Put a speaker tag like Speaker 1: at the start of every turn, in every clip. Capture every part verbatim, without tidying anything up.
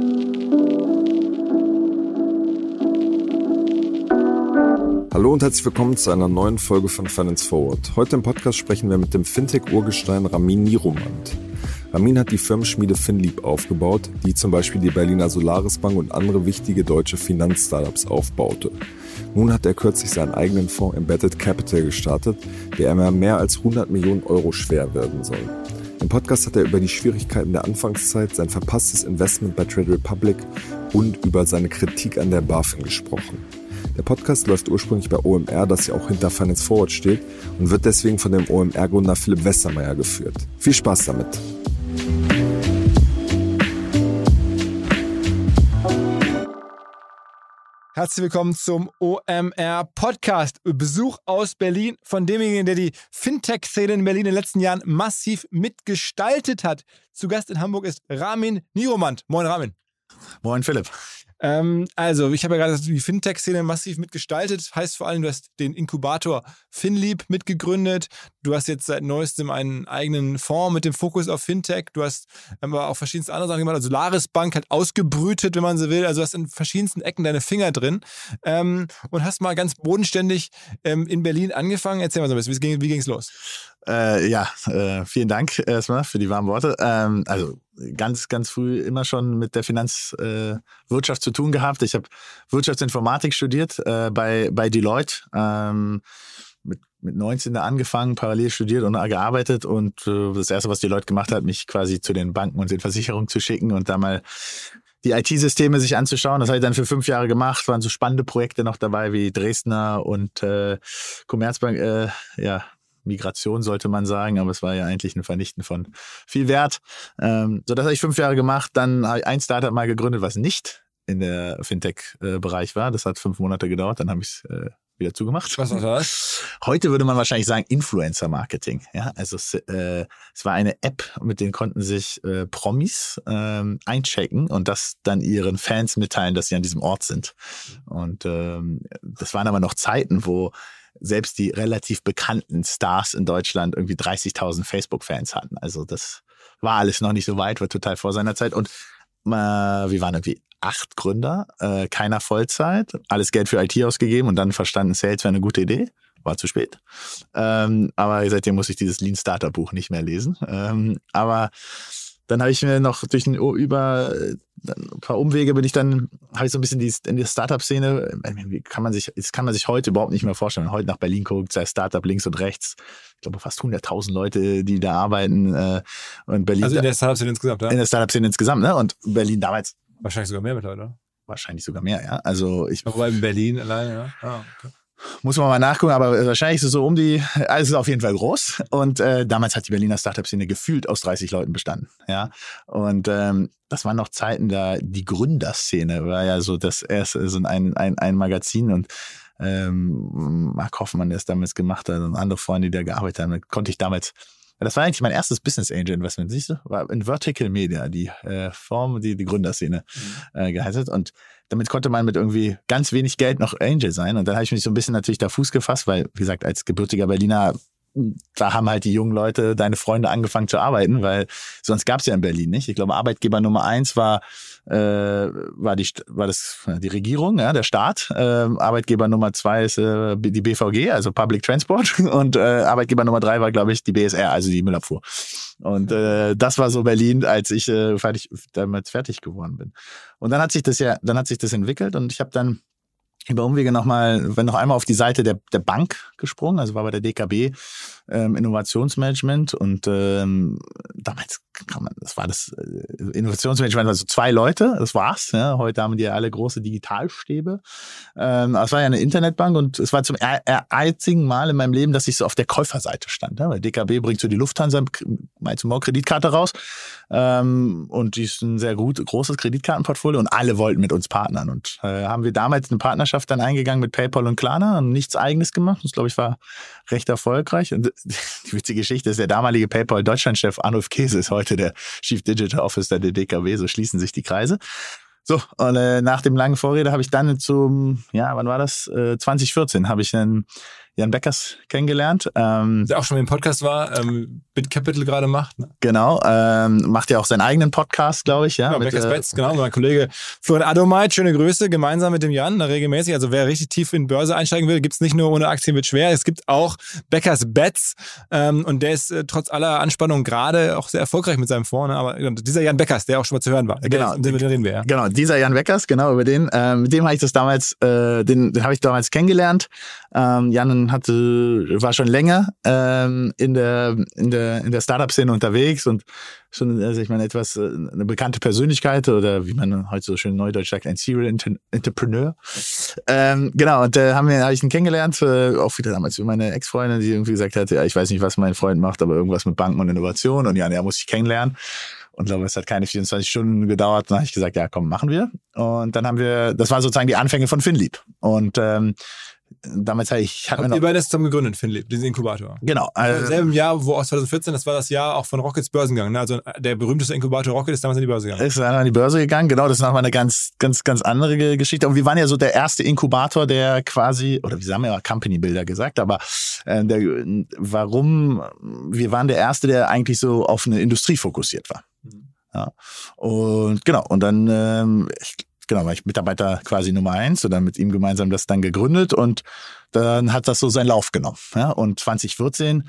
Speaker 1: Hallo und herzlich willkommen zu einer neuen Folge von Finance Forward. Heute im Podcast sprechen wir mit dem Fintech-Urgestein Ramin Niromand. Ramin hat die Firmenschmiede Finlieb aufgebaut, die zum Beispiel die Berliner Solaris Bank und andere wichtige deutsche Finanzstartups aufbaute. Nun hat er kürzlich seinen eigenen Fonds Embedded Capital gestartet, der einmal mehr als hundert Millionen Euro schwer werden soll. Im Podcast hat er über die Schwierigkeiten der Anfangszeit, sein verpasstes Investment bei Trade Republic und über seine Kritik an der BaFin gesprochen. Der Podcast läuft ursprünglich bei O M R, das ja auch hinter Finance Forward steht, und wird deswegen von dem O M R-Gründer Philipp Westermeier geführt. Viel Spaß damit!
Speaker 2: Herzlich willkommen zum O M R-Podcast. Besuch aus Berlin von demjenigen, der die Fintech-Szene in Berlin in den letzten Jahren massiv mitgestaltet hat. Zu Gast in Hamburg ist Ramin Niromand. Moin Ramin.
Speaker 3: Moin Philipp.
Speaker 2: Ähm, also, ich habe ja gerade die Fintech-Szene massiv mitgestaltet. Heißt vor allem, du hast den Inkubator Finlieb mitgegründet. Du hast jetzt seit neuestem einen eigenen Fonds mit dem Fokus auf Fintech. Du hast aber auch verschiedenste andere Sachen gemacht. Also Solaris Bank hat ausgebrütet, wenn man so will. Also du hast in verschiedensten Ecken deine Finger drin. Ähm, und hast mal ganz bodenständig ähm, in Berlin angefangen. Erzähl mal so ein bisschen, wie, wie ging es los?
Speaker 3: Äh, ja, äh, vielen Dank erstmal für die warmen Worte. Ähm, also ganz, ganz früh immer schon mit der Finanzwirtschaft äh, zu tun gehabt. Ich habe Wirtschaftsinformatik studiert äh, bei, bei Deloitte. Ähm, mit, mit neunzehn da angefangen, parallel studiert und gearbeitet. Und äh, das Erste, was Deloitte gemacht hat, mich quasi zu den Banken und den Versicherungen zu schicken und da mal die I T-Systeme sich anzuschauen. Das habe ich dann für fünf Jahre gemacht. Waren so spannende Projekte noch dabei wie Dresdner und äh, Commerzbank, äh, ja, Migration sollte man sagen, aber es war ja eigentlich ein Vernichten von viel Wert. Ähm, so, das habe ich fünf Jahre gemacht. Dann habe ich ein Startup mal gegründet, was nicht in der Fintech-Bereich war. Das hat fünf Monate gedauert, dann habe ich es äh, wieder zugemacht.
Speaker 2: Was war das?
Speaker 3: Heute würde man wahrscheinlich sagen Influencer-Marketing. Ja, also es, äh, es war eine App, mit denen konnten sich äh, Promis ähm, einchecken und das dann ihren Fans mitteilen, dass sie an diesem Ort sind. Und ähm, das waren aber noch Zeiten, wo selbst die relativ bekannten Stars in Deutschland irgendwie dreißigtausend Facebook-Fans hatten. Also das war alles noch nicht so weit, war total vor seiner Zeit. Und äh, wir waren irgendwie acht Gründer, äh, keiner Vollzeit, alles Geld für I T ausgegeben und dann verstanden, Sales wäre eine gute Idee. War zu spät. Ähm, aber seitdem muss ich dieses Lean Starter Buch nicht mehr lesen. Ähm, aber dann habe ich mir noch durch ein, über ein paar Umwege bin ich dann, habe ich so ein bisschen die, in die Startup-Szene, wie kann man sich, das kann man sich heute überhaupt nicht mehr vorstellen. Wenn man heute nach Berlin guckt, sei Startup links und rechts, ich glaube fast hunderttausend Leute, die da arbeiten. Äh, und Berlin.
Speaker 2: Also in der Startup-Szene insgesamt, ja?
Speaker 3: In der Startup-Szene insgesamt, ne? Und Berlin damals.
Speaker 2: Wahrscheinlich sogar mehr mittlerweile, oder?
Speaker 3: Wahrscheinlich sogar mehr, ja. Also ich.
Speaker 2: Aber in Berlin alleine, ja. Ah, okay.
Speaker 3: Muss man mal nachgucken, aber wahrscheinlich ist es so um die, also es ist auf jeden Fall groß. Und äh, damals hat die Berliner Startup-Szene gefühlt aus dreißig Leuten bestanden. Ja. Und ähm, das waren noch Zeiten, da die Gründerszene war ja so das erste, so ein, ein, ein Magazin und ähm, Mark Hoffmann, der es damals gemacht hat und andere Freunde, die da gearbeitet haben, da konnte ich damals. Das war eigentlich mein erstes Business Angel Investment, siehst du? War in Vertical Media, die äh, Form, die die Gründerszene mhm. äh, geheißen hat. Und damit konnte man mit irgendwie ganz wenig Geld noch Angel sein. Und dann habe ich mich so ein bisschen natürlich da Fuß gefasst, weil, wie gesagt, als gebürtiger Berliner, da haben halt die jungen Leute, deine Freunde, angefangen zu arbeiten, weil sonst gab es ja in Berlin nicht. Ich glaube, Arbeitgeber Nummer eins war äh, war die war das die Regierung, ja, der Staat. Äh, Arbeitgeber Nummer zwei ist äh, die B V G, also Public Transport, und äh, Arbeitgeber Nummer drei war, glaube ich, die B S R, also die Müllabfuhr. Und äh, das war so Berlin, als ich äh, fertig damals fertig geworden bin. Und dann hat sich das ja, dann hat sich das entwickelt und ich habe dann über Umwege nochmal, wenn noch einmal auf die Seite der, der Bank gesprungen, also war bei der D K B ähm, Innovationsmanagement und ähm, damals kann man, das war das äh, Innovationsmanagement, also zwei Leute, das war's. Ja. Heute haben die ja alle große Digitalstäbe. Ähm, aber es war ja eine Internetbank und es war zum er, er einzigen Mal in meinem Leben, dass ich so auf der Käuferseite stand. Ja. Weil D K B bringt so die Lufthansa mal zum Kreditkarte raus ähm, und die ist ein sehr gut großes Kreditkartenportfolio und alle wollten mit uns partnern und äh, haben wir damals eine Partnerschaft dann eingegangen mit PayPal und Klarna und nichts Eigenes gemacht. Das, glaube ich, war recht erfolgreich. Und die witzige Geschichte ist, der damalige PayPal-Deutschlandchef Arnulf Käse ist heute der Chief Digital Officer der D K B. So schließen sich die Kreise. So, und äh, nach dem langen Vorrede habe ich dann zum, ja, wann war das? Äh, zwanzig vierzehn habe ich dann Jan Beckers kennengelernt. Ähm,
Speaker 2: Der auch schon mal im Podcast war, ähm, BitCapital gerade macht. Ne?
Speaker 3: Genau, ähm, macht ja auch seinen eigenen Podcast, glaube ich. Ja,
Speaker 2: genau,
Speaker 3: mit,
Speaker 2: Beckers
Speaker 3: äh,
Speaker 2: Bets, genau, mein Kollege Florian Adomait, schöne Grüße, gemeinsam mit dem Jan, regelmäßig. Also wer richtig tief in Börse einsteigen will, gibt's nicht nur ohne Aktien wird schwer, es gibt auch Beckers Bets ähm, und der ist äh, trotz aller Anspannung gerade auch sehr erfolgreich mit seinem Fonds. Ne? Aber dieser Jan Beckers, der auch schon mal zu hören war,
Speaker 3: genau,
Speaker 2: der, den reden wir, ja.
Speaker 3: Genau, dieser Jan Beckers, genau, über den, äh, mit dem habe ich das damals, äh, den, den habe ich damals kennengelernt. Ähm, Jan hatte, war schon länger ähm, in der in der in der Startup-Szene unterwegs und schon, also ich meine, etwas äh, eine bekannte Persönlichkeit oder wie man heute so schön neudeutsch sagt, ein Serial Inter- Entrepreneur. Ähm, genau, und äh, haben wir, habe ich ihn kennengelernt, äh, auch wieder damals über meine Ex-Freundin, die irgendwie gesagt hat, ja, ich weiß nicht, was mein Freund macht, aber irgendwas mit Banken und Innovation und ja, der muss ich kennenlernen. Und glaube, es hat keine vierundzwanzig Stunden gedauert. Dann habe ich gesagt, ja, komm, machen wir. Und dann haben wir, das war sozusagen die Anfänge von Finlieb. Und ähm, damals hatte ich... Hatten
Speaker 2: Habt
Speaker 3: wir
Speaker 2: ihr
Speaker 3: noch,
Speaker 2: beide zusammen gegründet, Finlieb, diesen Inkubator?
Speaker 3: genau.
Speaker 2: Also
Speaker 3: Äh,
Speaker 2: Im selben Jahr, wo aus zwanzig vierzehn, das war das Jahr auch von Rockets Börsengang. Ne? Also der berühmteste Inkubator Rocket ist damals in die Börse gegangen.
Speaker 3: ist dann an die Börse gegangen. Genau, das ist nochmal eine ganz, ganz, ganz andere Geschichte. Und wir waren ja so der erste Inkubator, der quasi, oder wir haben ja Company Builder gesagt, aber äh, der, warum, wir waren der erste, der eigentlich so auf eine Industrie fokussiert war.
Speaker 2: Mhm.
Speaker 3: Ja. Und genau, und dann ähm, ich, genau, war ich Mitarbeiter quasi Nummer eins und dann mit ihm gemeinsam das dann gegründet und dann hat das so seinen Lauf genommen. Ja. Und zwanzig vierzehn,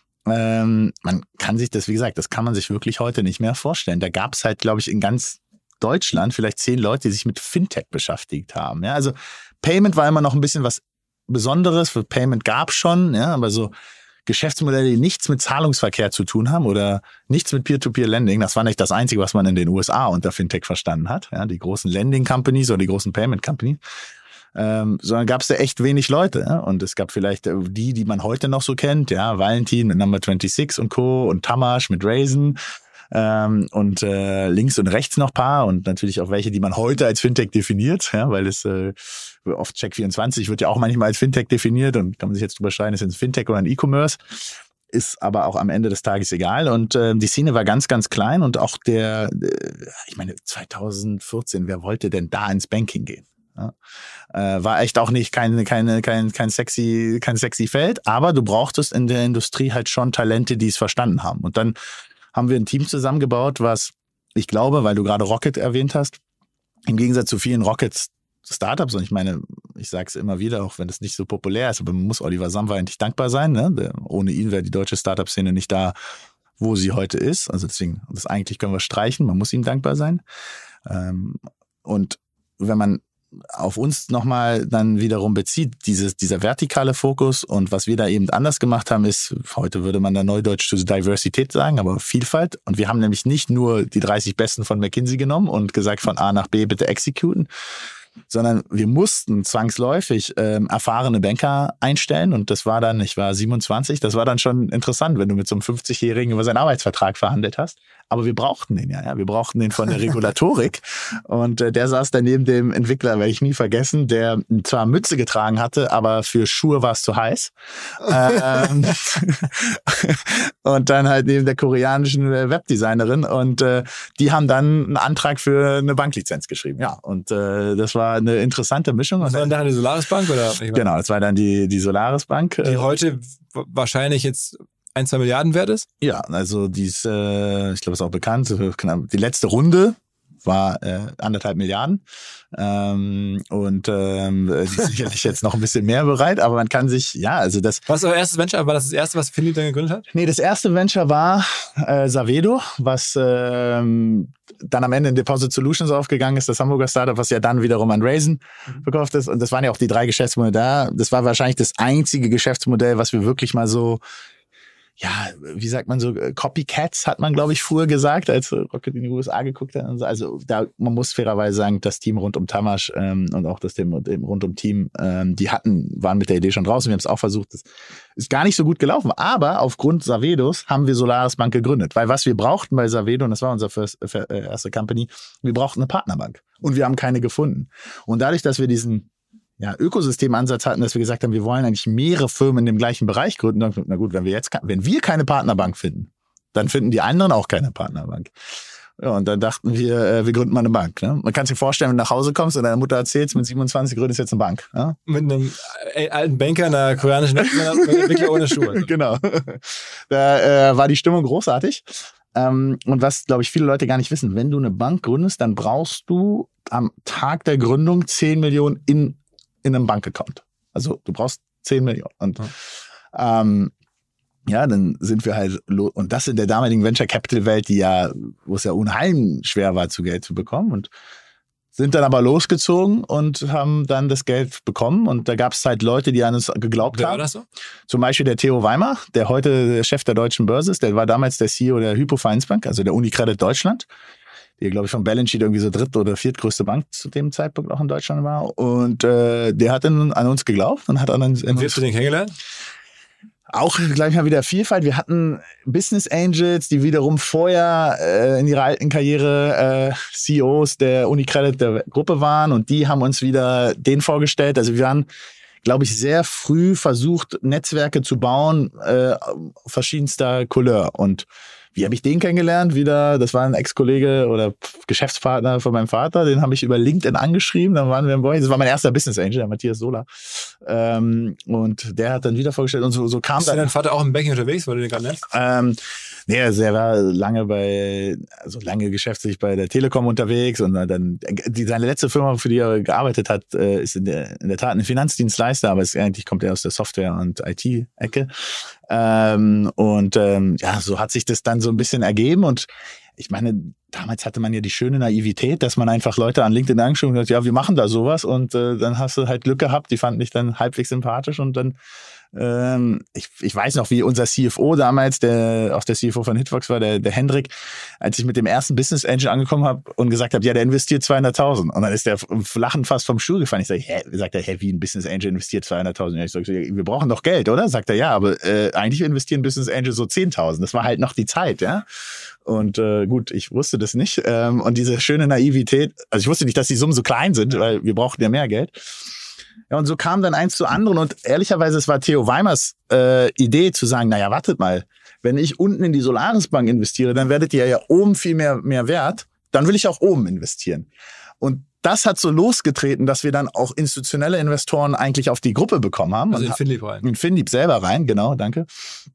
Speaker 3: ähm, man kann sich das, wie gesagt, das kann man sich wirklich heute nicht mehr vorstellen. Da gab es halt, glaube ich, in ganz Deutschland vielleicht zehn Leute, die sich mit Fintech beschäftigt haben. Ja. Also Payment war immer noch ein bisschen was Besonderes, für Payment gab es schon, ja, aber so Geschäftsmodelle, die nichts mit Zahlungsverkehr zu tun haben oder nichts mit Peer-to-Peer-Lending, das war nicht das Einzige, was man in den U S A unter Fintech verstanden hat. Ja, die großen Lending-Companies oder die großen Payment-Companies. Ähm, sondern gab es da echt wenig Leute. Ja? Und es gab vielleicht die, die man heute noch so kennt, ja, Valentin mit Number sechsundzwanzig und Co. und Tamash mit Raisin. Ähm, und äh, links und rechts noch paar und natürlich auch welche, die man heute als Fintech definiert, ja, weil es äh, oft Check vierundzwanzig wird ja auch manchmal als Fintech definiert und kann man sich jetzt drüber streiten, ist es ein Fintech oder ein E-Commerce, ist aber auch am Ende des Tages egal und äh, die Szene war ganz, ganz klein und auch der, äh, ich meine zwanzig vierzehn, wer wollte denn da ins Banking gehen? Ja, äh, war echt auch nicht keine, keine, kein, kein sexy, kein sexy Feld, aber du brauchtest in der Industrie halt schon Talente, die es verstanden haben und dann haben wir ein Team zusammengebaut, was ich glaube, weil du gerade Rocket erwähnt hast, im Gegensatz zu vielen Rocket-Startups, und ich meine, ich sage es immer wieder, auch wenn es nicht so populär ist, aber man muss Oliver Samwer eigentlich dankbar sein. Ne? Der, ohne ihn wäre die deutsche Startup-Szene nicht da, wo sie heute ist. Also deswegen, das eigentlich können wir streichen, man muss ihm dankbar sein. Ähm, und wenn man auf uns nochmal dann wiederum bezieht, dieses, dieser vertikale Fokus und was wir da eben anders gemacht haben, ist, heute würde man da neudeutsch zu Diversität sagen, aber Vielfalt. Und wir haben nämlich nicht nur die dreißig Besten von McKinsey genommen und gesagt, von A nach B bitte executen, sondern wir mussten zwangsläufig ähm, erfahrene Banker einstellen und das war dann, ich war siebenundzwanzig, das war dann schon interessant, wenn du mit so einem fünfzigjährigen über seinen Arbeitsvertrag verhandelt hast. Aber wir brauchten den ja, ja. Wir brauchten den von der Regulatorik und äh, der saß dann neben dem Entwickler, werde ich nie vergessen, der zwar Mütze getragen hatte, aber für Schuhe war es zu heiß. ähm, und dann halt neben der koreanischen Webdesignerin und äh, die haben dann einen Antrag für eine Banklizenz geschrieben. Ja, und äh, das war eine interessante Mischung.
Speaker 2: Was war denn da die Solaris Bank? Oder?
Speaker 3: Genau, das war dann die, die Solaris Bank.
Speaker 2: Die heute wahrscheinlich jetzt ein, zwei Milliarden wert ist?
Speaker 3: Ja, also die ist, äh, ich glaube, ist auch bekannt, die letzte Runde war äh, anderthalb Milliarden ähm, und ähm, die ist sicherlich jetzt noch ein bisschen mehr bereit, aber man kann sich, ja, also das...
Speaker 2: Was war euer erstes Venture? War das das erste, was Finlieb dann gegründet hat?
Speaker 3: Nee, das erste Venture war äh, Savedo, was ähm, dann am Ende in Deposit Solutions aufgegangen ist, das Hamburger Startup, was ja dann wiederum an Raisin mhm. verkauft ist und das waren ja auch die drei Geschäftsmodelle da. Das war wahrscheinlich das einzige Geschäftsmodell, was wir wirklich mal so ja, wie sagt man so, Copycats hat man, glaube ich, früher gesagt, als Rocket in die U S A geguckt hat. Also da, man muss fairerweise sagen, das Team rund um Tamash ähm, und auch das Team rund um Team, ähm, die hatten, waren mit der Idee schon draußen. Wir haben es auch versucht. Das ist gar nicht so gut gelaufen. Aber aufgrund Savedos haben wir Solaris Bank gegründet. Weil was wir brauchten bei Savedo, und das war unsere first, äh, erste Company, wir brauchten eine Partnerbank. Und wir haben keine gefunden. Und dadurch, dass wir diesen ja, Ökosystemansatz hatten, dass wir gesagt haben, wir wollen eigentlich mehrere Firmen in dem gleichen Bereich gründen. Dann, na gut, wenn wir jetzt, wenn wir keine Partnerbank finden, dann finden die anderen auch keine Partnerbank. Ja, und dann dachten wir, äh, wir gründen mal eine Bank. Ne? Man kann sich vorstellen, wenn du nach Hause kommst und deine Mutter erzählst, mit siebenundzwanzig gründest jetzt eine Bank. Ja?
Speaker 2: Mit einem äh, alten Banker in einer koreanischen Entwickler ohne Schuhe.
Speaker 3: Genau. Da äh, war die Stimmung großartig. Ähm, und was, glaube ich, viele Leute gar nicht wissen, wenn du eine Bank gründest, dann brauchst du am Tag der Gründung zehn Millionen in, in einem Bankaccount. Also du brauchst zehn Millionen. Und ja. ähm, ja, dann sind wir halt, und das in der damaligen Venture Capital Welt, die ja, wo es ja unheimlich schwer war, zu Geld zu bekommen, und sind dann aber losgezogen und haben dann das Geld bekommen. Und da gab es halt Leute, die an uns geglaubt
Speaker 2: Wer
Speaker 3: haben.
Speaker 2: war das so?
Speaker 3: Zum Beispiel der Theo Weimar, der heute der Chef der Deutschen Börse ist. Der war damals der C E O der Hypo Vereinsbank, also der Unicredit Deutschland, die, glaube ich, vom Balance Sheet irgendwie so dritt- oder viertgrößte Bank zu dem Zeitpunkt auch in Deutschland war. Und äh, der hat dann an uns geglaubt und hat an uns...
Speaker 2: Und wie hast du den kennengelernt?
Speaker 3: Auch gleich mal wieder Vielfalt. Wir hatten Business Angels, die wiederum vorher äh, in ihrer alten Karriere äh, C E Os der Unicredit der Gruppe waren, und die haben uns wieder den vorgestellt. Also wir waren, glaube ich, sehr früh versucht, Netzwerke zu bauen, äh, verschiedenster Couleur. Und wie habe ich den kennengelernt? Wieder, das war ein Ex-Kollege oder Geschäftspartner von meinem Vater, den habe ich über LinkedIn angeschrieben, dann waren wir im Boy. Das war mein erster Business Angel, der Matthias Sola. Ähm, und der hat dann wieder vorgestellt, und so, so kam
Speaker 2: Ist
Speaker 3: dann...
Speaker 2: dein Vater auch im Banking unterwegs, weil du den gerade nennst?
Speaker 3: Ähm, nee, also er war lange bei, also lange geschäftlich bei der Telekom unterwegs, und dann, die, seine letzte Firma, für die er gearbeitet hat, ist in der, in der Tat ein Finanzdienstleister, aber es, eigentlich kommt er aus der Software- und I T-Ecke. Ähm, und ähm, ja, so hat sich das dann so ein bisschen ergeben, und ich meine, damals hatte man ja die schöne Naivität, dass man einfach Leute an LinkedIn angeschrieben hat, ja, wir machen da sowas, und äh, dann hast du halt Glück gehabt, die fanden dich dann halbwegs sympathisch, und dann ähm, ich, ich weiß noch, wie unser C F O damals, der auch der C F O von Hitfox war, der, der Hendrik, als ich mit dem ersten Business Angel angekommen habe und gesagt habe, ja, der investiert zweihunderttausend, und dann ist der lachend fast vom Stuhl gefallen. Ich sage, hä, sagt er, hä, wie ein Business Angel investiert zweihunderttausend? Ja, ich sage, wir brauchen doch Geld, oder? Sagt er, ja, aber äh, eigentlich investieren Business Angel so zehntausend. Das war halt noch die Zeit, ja. Und äh, gut, ich wusste das nicht. Ähm, und diese schöne Naivität, also ich wusste nicht, dass die Summen so klein sind, weil wir brauchten ja mehr Geld. Ja, und so kam dann eins zu anderen, und ehrlicherweise, es war Theo Weimars äh, Idee zu sagen, naja, wartet mal, wenn ich unten in die Solaris Bank investiere, dann werdet ihr ja oben viel mehr, mehr wert, dann will ich auch oben investieren. Und das hat so losgetreten, dass wir dann auch institutionelle Investoren eigentlich auf die Gruppe bekommen haben.
Speaker 2: Also in Finlieb rein.
Speaker 3: In Finlieb selber rein, genau, danke.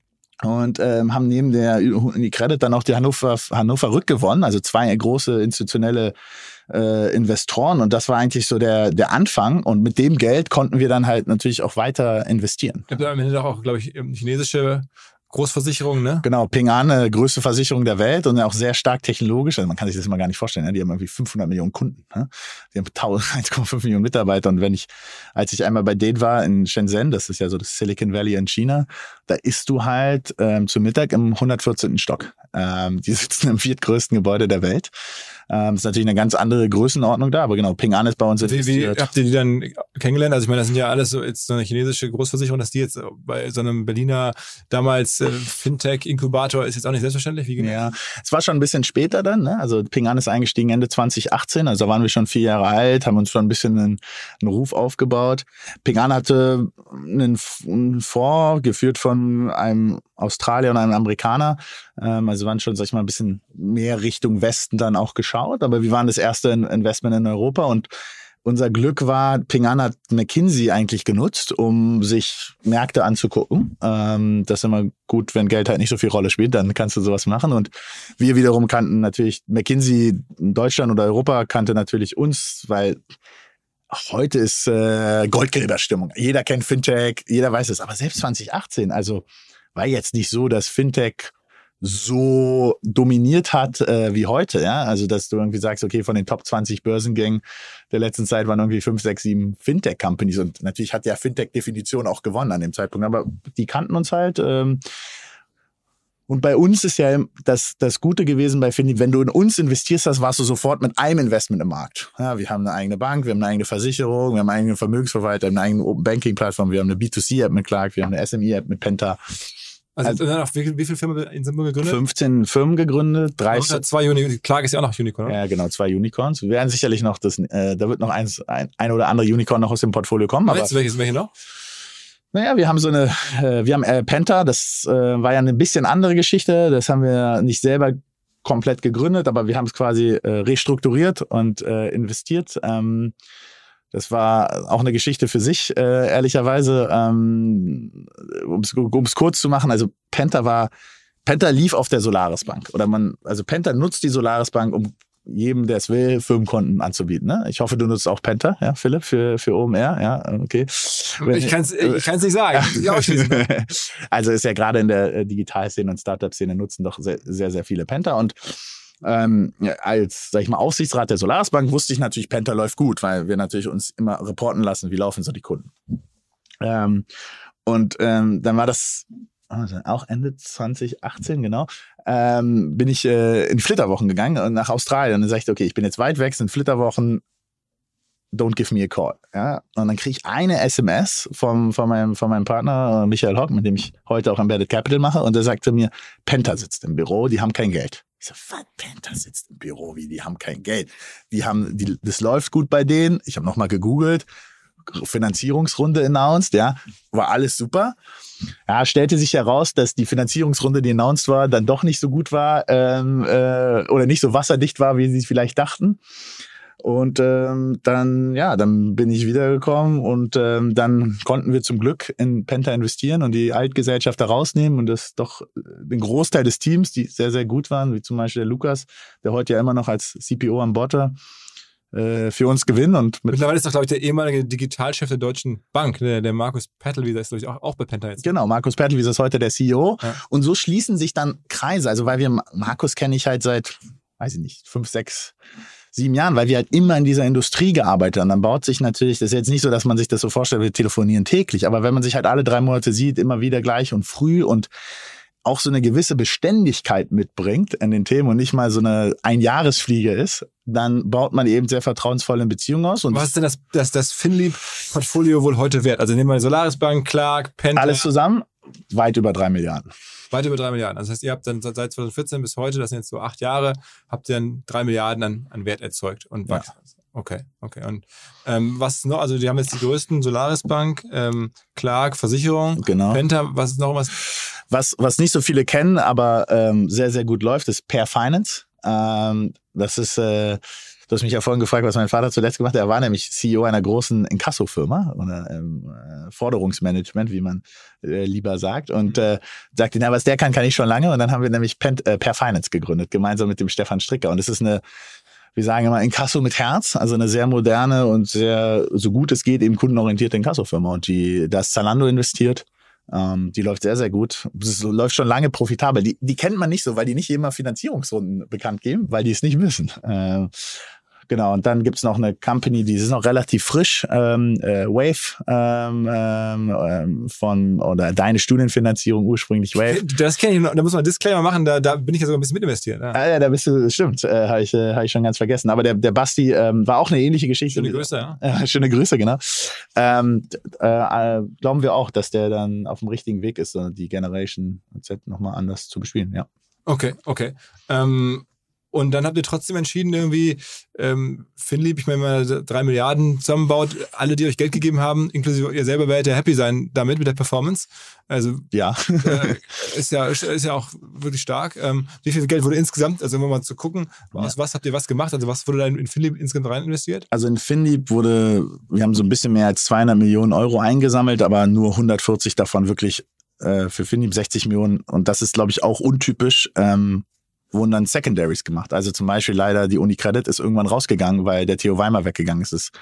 Speaker 3: Und ähm, haben neben der Unicredit dann auch die Hannover, Hannover Rück gewonnen, also zwei große institutionelle äh, Investoren, und das war eigentlich so der der Anfang, und mit dem Geld konnten wir dann halt natürlich auch weiter investieren.
Speaker 2: Ich habe am Ende auch, glaube ich, chinesische Großversicherung, ne?
Speaker 3: Genau, Ping An, äh, größte Versicherung der Welt, und auch sehr stark technologisch. Also man kann sich das immer gar nicht vorstellen. Ne? Die haben irgendwie fünfhundert Millionen Kunden. Ne? Die haben eins Komma fünf Millionen Mitarbeiter. Und wenn ich, als ich einmal bei denen war in Shenzhen, das ist ja so das Silicon Valley in China, da isst du halt ähm, zu Mittag im hundertvierzehnten Stock. Ähm, die sitzen im viertgrößten Gebäude der Welt. Ähm, das ist natürlich eine ganz andere Größenordnung da, aber genau, Ping An ist bei uns
Speaker 2: investiert. Wie, wie habt ihr die dann kennengelernt? Also ich meine, das sind ja alles so jetzt so eine chinesische Großversicherung, dass die jetzt bei so einem Berliner damals äh, Fintech-Inkubator ist jetzt auch nicht selbstverständlich. Wie genau?
Speaker 3: Ja, es war schon ein bisschen später dann. Ne? Also Ping An ist eingestiegen Ende zwanzig achtzehn, also da waren wir schon vier Jahre alt, haben uns schon ein bisschen einen, einen Ruf aufgebaut. Ping An hatte einen, einen Fonds geführt von einem Australier und einem Amerikaner. Ähm, also waren schon, sag ich mal, ein bisschen mehr Richtung Westen dann auch geschaut. Aber wir waren das erste Investment in Europa, und unser Glück war, Ping An hat McKinsey eigentlich genutzt, um sich Märkte anzugucken. Ähm, das ist immer gut, wenn Geld halt nicht so viel Rolle spielt, dann kannst du sowas machen. Und wir wiederum kannten natürlich McKinsey in Deutschland oder Europa, kannte natürlich uns, weil heute ist äh, Goldgräberstimmung. Jeder kennt Fintech, jeder weiß es. Aber selbst zwanzig achtzehn, also war jetzt nicht so, dass Fintech so dominiert hat äh, wie heute, ja. Also, dass du irgendwie sagst, okay, von den Top zwanzig Börsengängen der letzten Zeit waren irgendwie fünf, sechs, sieben Fintech-Companies, und natürlich hat ja Fintech-Definition auch gewonnen an dem Zeitpunkt, aber die kannten uns halt. Ähm, und bei uns ist ja das, das Gute gewesen bei Finlieb, wenn du in uns investierst hast, warst du sofort mit einem Investment im Markt. Ja, wir haben eine eigene Bank, wir haben eine eigene Versicherung, wir haben einen eigenen Vermögensverwalter, wir haben eine eigene Open-Banking-Plattform, wir haben eine B zwei C-App mit Clark, wir haben eine S M E-App mit Penta.
Speaker 2: Also, also dann auch wie, wie viele Firmen in Symbool gegründet?
Speaker 3: fünfzehn Firmen gegründet, dreißig.
Speaker 2: Zwei Unicorns. Clark ist ja auch noch Unicorn, oder?
Speaker 3: Ja, genau, zwei Unicorns. Wir werden sicherlich noch das, äh, da wird noch eins, ein, ein oder andere Unicorn noch aus dem Portfolio kommen. Aber
Speaker 2: jetzt, welches, welche noch?
Speaker 3: Naja, wir haben so eine, äh, wir haben äh, Penta, das äh, war ja eine bisschen andere Geschichte. Das haben wir nicht selber komplett gegründet, aber wir haben es quasi äh, restrukturiert und äh, investiert. Ähm, das war auch eine Geschichte für sich, äh, ehrlicherweise. Ähm, um es kurz zu machen, also Penta war, Penta lief auf der Solaris Bank. Oder man, also Penta nutzt die Solaris Bank, um jedem, der es will, Firmenkonten anzubieten. Ne? Ich hoffe, du nutzt auch Penta, ja, Philipp, für, für O M R. Ja, okay.
Speaker 2: Ich kann es ich kann's nicht sagen.
Speaker 3: Also ist ja gerade in der Digitalszene und Startup-Szene nutzen doch sehr, sehr, sehr viele Penta. Und ähm, als, sag ich mal, Aufsichtsrat der Solaris Bank wusste ich natürlich, Penta läuft gut, weil wir natürlich uns immer reporten lassen, wie laufen so die Kunden. Ähm, und ähm, dann war das also auch Ende zwanzig achtzehn, genau, ähm, bin ich äh, in Flitterwochen gegangen und nach Australien. Und dann sagte ich, okay, ich bin jetzt weit weg, sind Flitterwochen, don't give me a call. Ja? Und dann kriege ich eine S M S vom, von, meinem, von meinem Partner Michael Hock, mit dem ich heute auch Embedded Capital mache. Und der sagte mir, Penta sitzt im Büro, die haben kein Geld. Ich so, was, Penta sitzt im Büro, wie, die haben kein Geld. Die haben, die, das läuft gut bei denen. Ich habe nochmal gegoogelt. Finanzierungsrunde announced, ja, war alles super. Ja, stellte sich heraus, dass die Finanzierungsrunde, die announced war, dann doch nicht so gut war ähm, äh, oder nicht so wasserdicht war, wie sie es vielleicht dachten. Und ähm, dann, ja, dann bin ich wiedergekommen und ähm, dann konnten wir zum Glück in Penta investieren und die Altgesellschaft da rausnehmen und das doch den Großteil des Teams, die sehr, sehr gut waren, wie zum Beispiel der Lukas, der heute ja immer noch als C P O an Bord war, für uns gewinnen. Und mit
Speaker 2: mittlerweile ist doch, glaube ich, der ehemalige Digitalchef der Deutschen Bank, der, der Markus Pertelwieser ist, glaube ich, auch, auch bei Penta jetzt.
Speaker 3: Genau, Markus Pertelwieser ist heute der C E O. Ja. Und so schließen sich dann Kreise. Also weil wir, Markus kenne ich halt seit, weiß ich nicht, fünf, sechs, sieben Jahren, weil wir halt immer in dieser Industrie gearbeitet haben. Dann baut sich natürlich, das ist jetzt nicht so, dass man sich das so vorstellt, wir telefonieren täglich, aber wenn man sich halt alle drei Monate sieht, immer wieder gleich und früh und auch so eine gewisse Beständigkeit mitbringt in den Themen und nicht mal so eine Einjahresfliege ist, dann baut man eben sehr vertrauensvolle Beziehungen aus. Und
Speaker 2: was ist denn das, das, das Finlieb-Portfolio wohl heute wert? Also nehmen wir Solaris Bank, Clark, Penta.
Speaker 3: Alles zusammen weit über drei Milliarden.
Speaker 2: Weit über drei Milliarden. Also das heißt, ihr habt dann seit zwanzig vierzehn bis heute, das sind jetzt so acht Jahre, habt ihr dann drei Milliarden an, an Wert erzeugt und wächst. Ja. Okay, okay. Und ähm, was noch? Also die haben jetzt die größten, Solaris Bank, ähm, Clark, Versicherung,
Speaker 3: genau.
Speaker 2: Penta, was ist noch was?
Speaker 3: Was, was nicht so viele kennen, aber ähm, sehr, sehr gut läuft, ist Pair Finance. Ähm, das ist, äh, du hast mich ja vorhin gefragt, was mein Vater zuletzt gemacht hat. Er war nämlich C E O einer großen Inkasso-Firma oder ähm, Forderungsmanagement, wie man äh, lieber sagt. Und äh, sagte, na, was der kann, kann ich schon lange. Und dann haben wir nämlich Pen, äh, Pair Finance gegründet, gemeinsam mit dem Stefan Stricker. Und es ist eine, wir sagen immer, Inkasso mit Herz, also eine sehr moderne und sehr, so gut es geht, eben kundenorientierte Inkasso-Firma. Und die, da ist Zalando investiert. Ähm, die läuft sehr, sehr gut. Das läuft schon lange profitabel. Die, die kennt man nicht so, weil die nicht immer Finanzierungsrunden bekannt geben, weil die es nicht wissen. Äh, Genau, und dann gibt's noch eine Company, die ist noch relativ frisch, ähm, äh, Wave ähm, ähm, von, oder deine Studienfinanzierung ursprünglich Wave.
Speaker 2: Das kenne ich noch, da muss man einen Disclaimer machen, da, da bin ich ja sogar ein bisschen mit investiert. Ja,
Speaker 3: ah, ja da bist du, stimmt, äh, habe ich, äh, hab ich schon ganz vergessen. Aber der, der Basti ähm, war auch eine ähnliche Geschichte.
Speaker 2: Schöne Grüße, ja.
Speaker 3: Äh, schöne Grüße, genau. Ähm, äh, glauben wir auch, dass der dann auf dem richtigen Weg ist, die Generation Z nochmal anders zu bespielen, ja.
Speaker 2: Okay, okay. Ähm, Und dann habt ihr trotzdem entschieden, irgendwie, ähm, Finlieb, ich meine, wenn man drei Milliarden zusammenbaut, alle, die euch Geld gegeben haben, inklusive ihr selber, werdet ihr happy sein damit, mit der Performance. Also,
Speaker 3: ja.
Speaker 2: äh, ist ja, ist ja auch wirklich stark. Ähm, wie viel Geld wurde insgesamt, also wenn mal zu gucken, aus ja. was habt ihr was gemacht? Also, was wurde da in Finlieb insgesamt rein investiert?
Speaker 3: Also, in Finlieb wurde, wir haben so ein bisschen mehr als zweihundert Millionen Euro eingesammelt, aber nur hundertvierzig davon wirklich äh, für Finlieb, sechzig Millionen. Und das ist, glaube ich, auch untypisch. Ähm, wurden dann Secondaries gemacht. Also zum Beispiel leider die Unicredit ist irgendwann rausgegangen, weil der Theo Weimer weggegangen ist. Das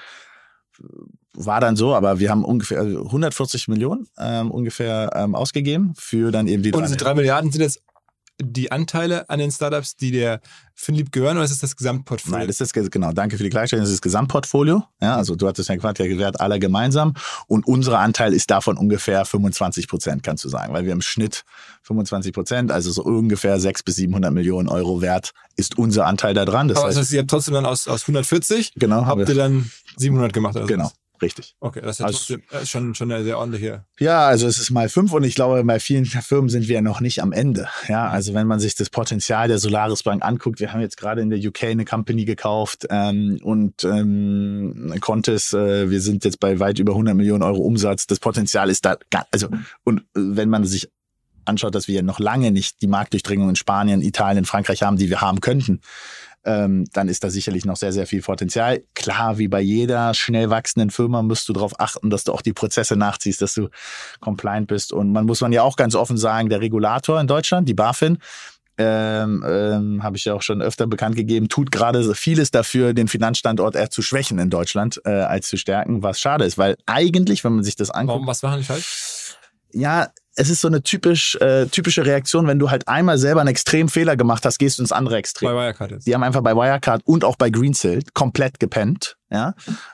Speaker 3: war dann so, aber wir haben ungefähr hundertvierzig Millionen ähm, ungefähr ähm, ausgegeben für dann eben die
Speaker 2: Und diese drei Milliarden sind jetzt die Anteile an den Startups, die der Finlieb gehören, oder ist das das Gesamtportfolio?
Speaker 3: Nein, das ist das, genau, danke für die Klarstellung, das ist das Gesamtportfolio. Ja, also du hattest ja gefragt, der Wert aller gemeinsam. Und unser Anteil ist davon ungefähr fünfundzwanzig Prozent, kannst du sagen, weil wir im Schnitt fünfundzwanzig Prozent, also so ungefähr sechshundert bis siebenhundert Millionen Euro wert, ist unser Anteil da dran. Das
Speaker 2: Aber
Speaker 3: heißt,
Speaker 2: das heißt, ihr habt trotzdem dann aus, aus hundertvierzig,
Speaker 3: genau,
Speaker 2: habt ihr dann siebenhundert gemacht? Also
Speaker 3: genau. Richtig.
Speaker 2: Okay, das ist, ja
Speaker 3: also,
Speaker 2: trotzdem, das ist schon, schon eine sehr ordentliche.
Speaker 3: Ja, also es ist mal fünf und ich glaube, bei vielen Firmen sind wir ja noch nicht am Ende. Ja, also wenn man sich das Potenzial der Solaris Bank anguckt, wir haben jetzt gerade in der U K eine Company gekauft ähm, und ähm, Contis, äh, wir sind jetzt bei weit über hundert Millionen Euro Umsatz. Das Potenzial ist da, also und wenn man sich anschaut, dass wir noch lange nicht die Marktdurchdringung in Spanien, Italien, Frankreich haben, die wir haben könnten, ähm, dann ist da sicherlich noch sehr, sehr viel Potenzial. Klar, wie bei jeder schnell wachsenden Firma musst du darauf achten, dass du auch die Prozesse nachziehst, dass du compliant bist. Und man muss man ja auch ganz offen sagen, der Regulator in Deutschland, die BaFin, ähm, ähm, habe ich ja auch schon öfter bekannt gegeben, tut gerade vieles dafür, den Finanzstandort eher zu schwächen in Deutschland, äh, als zu stärken, was schade ist. Weil eigentlich, wenn man sich das anguckt...
Speaker 2: Warum, was machen die falsch?
Speaker 3: Ja, es ist so eine typisch, äh, typische Reaktion, wenn du halt einmal selber einen extremen Fehler gemacht hast, gehst du ins andere Extrem.
Speaker 2: Bei Wirecard jetzt.
Speaker 3: Die haben einfach bei Wirecard und auch bei Greensill komplett gepennt, ja,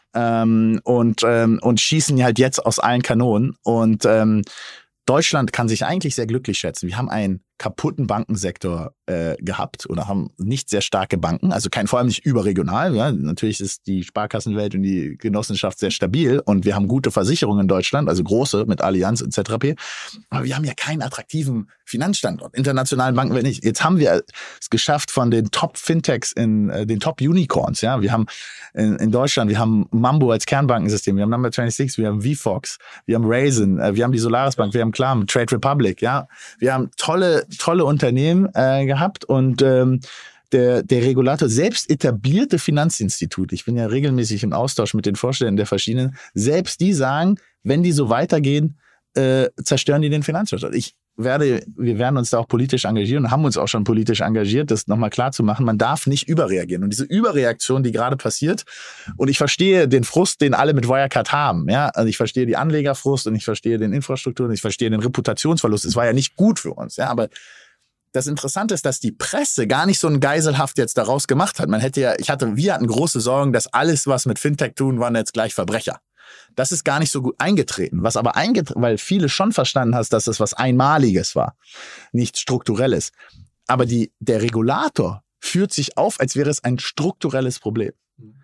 Speaker 3: ähm, und, ähm, und schießen halt jetzt aus allen Kanonen. Und ähm, Deutschland kann sich eigentlich sehr glücklich schätzen. Wir haben einen kaputten Bankensektor äh, gehabt oder haben nicht sehr starke Banken, also kein, vor allem nicht überregional. Ja. Natürlich ist die Sparkassenwelt und die Genossenschaft sehr stabil und wir haben gute Versicherungen in Deutschland, also große mit Allianz et cetera p. Aber wir haben ja keinen attraktiven Finanzstandort. Internationalen Banken wir nicht. Jetzt haben wir es geschafft von den Top-Fintechs in äh, den Top-Unicorns. Ja, wir haben in, in Deutschland, wir haben Mambo als Kernbankensystem, wir haben Number sechsundzwanzig, wir haben VFox, wir haben Raisin, äh, wir haben die Solaris Bank, wir haben Klarm, Trade Republic. Ja, wir haben tolle tolle Unternehmen äh, gehabt und ähm, der, der Regulator, selbst etablierte Finanzinstitute, ich bin ja regelmäßig im Austausch mit den Vorständen der verschiedenen, selbst die sagen, wenn die so weitergehen, äh, zerstören die den Finanzwirtschaft. Ich werde, wir werden uns da auch politisch engagieren und haben uns auch schon politisch engagiert, das nochmal klar zu machen, man darf nicht überreagieren. Und diese Überreaktion, die gerade passiert, und ich verstehe den Frust, den alle mit Wirecard haben, ja, also ich verstehe die Anlegerfrust und ich verstehe den Infrastruktur und ich verstehe den Reputationsverlust. Es war ja nicht gut für uns, ja, aber das Interessante ist, dass die Presse gar nicht so ein Geiselhaft jetzt daraus gemacht hat. Man hätte ja, ich hatte, wir hatten große Sorgen, dass alles, was mit Fintech tun, waren jetzt gleich Verbrecher. Das ist gar nicht so gut eingetreten. Was aber eingetreten, weil viele schon verstanden hast, dass das was Einmaliges war, nichts Strukturelles. Aber die, der Regulator führt sich auf, als wäre es ein strukturelles Problem.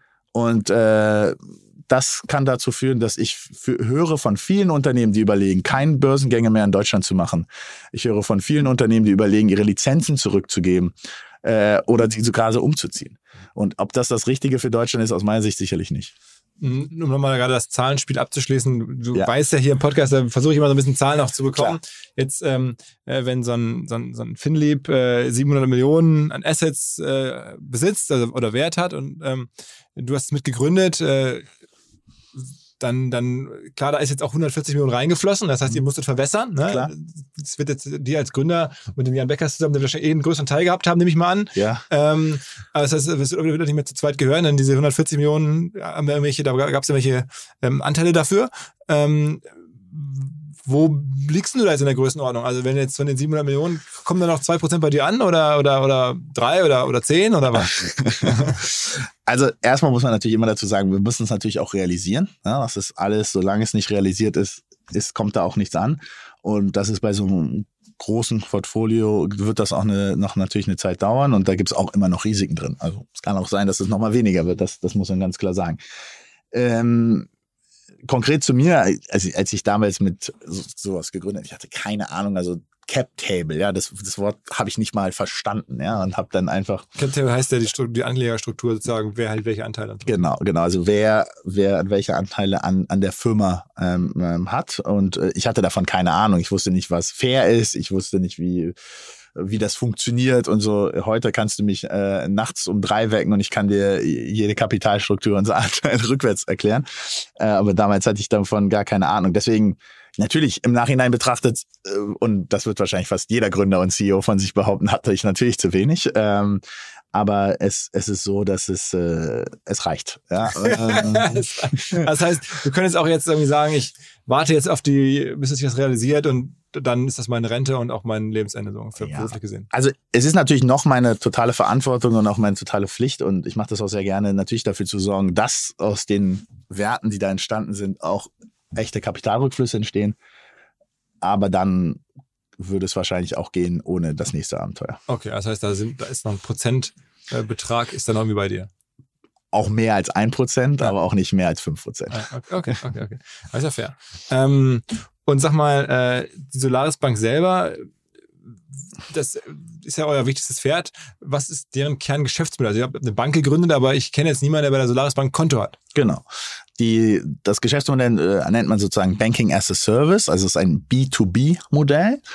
Speaker 3: Und äh, das kann dazu führen, dass ich für, höre von vielen Unternehmen, die überlegen, keine Börsengänge mehr in Deutschland zu machen. Ich höre von vielen Unternehmen, die überlegen, ihre Lizenzen zurückzugeben äh, oder sie sogar so umzuziehen. Und ob das das Richtige für Deutschland ist, aus meiner Sicht sicherlich nicht.
Speaker 2: Um nochmal gerade das Zahlenspiel abzuschließen, du
Speaker 3: ja.
Speaker 2: weißt ja hier im Podcast, da versuche ich immer so ein bisschen Zahlen auch zu bekommen. Klar. Jetzt, ähm, äh, wenn so ein, so ein, so ein Finlieb äh, siebenhundert Millionen an Assets äh, besitzt also, oder Wert hat und ähm, du hast es mit gegründet, äh, dann, dann, klar, da ist jetzt auch hundertvierzig Millionen reingeflossen, das heißt, ihr musstet verwässern. Ne?
Speaker 3: Klar.
Speaker 2: Das wird jetzt dir als Gründer mit dem Jan Beckers zusammen, der wahrscheinlich eh einen größeren Teil gehabt haben, nehme ich mal an.
Speaker 3: Ja.
Speaker 2: Ähm, aber das heißt, es wird nicht mehr zu zweit gehören, denn diese hundertvierzig Millionen, haben wir irgendwelche, da gab es irgendwelche ähm, Anteile dafür. Ähm, wo liegst du da jetzt in der Größenordnung? Also wenn jetzt von den siebenhundert Millionen, kommen da noch zwei Prozent bei dir an oder, oder, oder drei oder, oder zehn oder was?
Speaker 3: Also erstmal muss man natürlich immer dazu sagen, wir müssen es natürlich auch realisieren. Ja, das ist alles, solange es nicht realisiert ist, ist, kommt da auch nichts an. Und das ist bei so einem großen Portfolio, wird das auch eine, noch natürlich eine Zeit dauern und da gibt es auch immer noch Risiken drin. Also es kann auch sein, dass es nochmal weniger wird, das, das muss man ganz klar sagen. Ähm, Konkret zu mir, als, als ich damals mit so, sowas gegründet, ich hatte keine Ahnung, also Cap Table, ja, das, das Wort habe ich nicht mal verstanden, ja, und habe dann einfach
Speaker 2: Cap Table heißt ja die, Stru- die Anlegerstruktur sozusagen, wer halt welche Anteile hat.
Speaker 3: Genau, genau, also wer wer welche Anteile an an der Firma ähm, ähm, hat und äh, ich hatte davon keine Ahnung, ich wusste nicht, was fair ist, ich wusste nicht, wie wie das funktioniert und so. Heute kannst du mich äh, nachts um drei wecken und ich kann dir jede Kapitalstruktur und so rückwärts erklären. Äh, aber damals hatte ich davon gar keine Ahnung. Deswegen natürlich im Nachhinein betrachtet, äh, und das wird wahrscheinlich fast jeder Gründer und C E O von sich behaupten, hatte ich natürlich zu wenig. Ähm, aber es, es ist so, dass es, äh, es reicht. Ja?
Speaker 2: Das heißt, du könntest auch jetzt irgendwie sagen, ich warte jetzt auf die, bis sich das realisiert und dann ist das meine Rente und auch mein Lebensende so für
Speaker 3: ja.
Speaker 2: beruflich gesehen.
Speaker 3: Also es ist natürlich noch meine totale Verantwortung und auch meine totale Pflicht und ich mache das auch sehr gerne, natürlich dafür zu sorgen, dass aus den Werten, die da entstanden sind, auch echte Kapitalrückflüsse entstehen. Aber dann würde es wahrscheinlich auch gehen ohne das nächste Abenteuer.
Speaker 2: Okay, das heißt, da, sind, da ist noch ein Prozentbetrag, ist dann irgendwie bei dir.
Speaker 3: Auch mehr als ein Prozent,
Speaker 2: ja.
Speaker 3: aber auch nicht mehr als fünf Prozent.
Speaker 2: Okay, okay, okay. Das ist ja fair. Ähm, und sag mal, äh, die Solaris Bank selber, das ist ja euer wichtigstes Pferd. Was ist deren Kerngeschäftsmodell? Also ihr habt eine Bank gegründet, aber ich kenne jetzt niemanden, der bei der Solaris Bank Konto hat.
Speaker 3: Genau. Die, das Geschäftsmodell äh, nennt man sozusagen Banking as a Service, also es ist ein B to B Modell.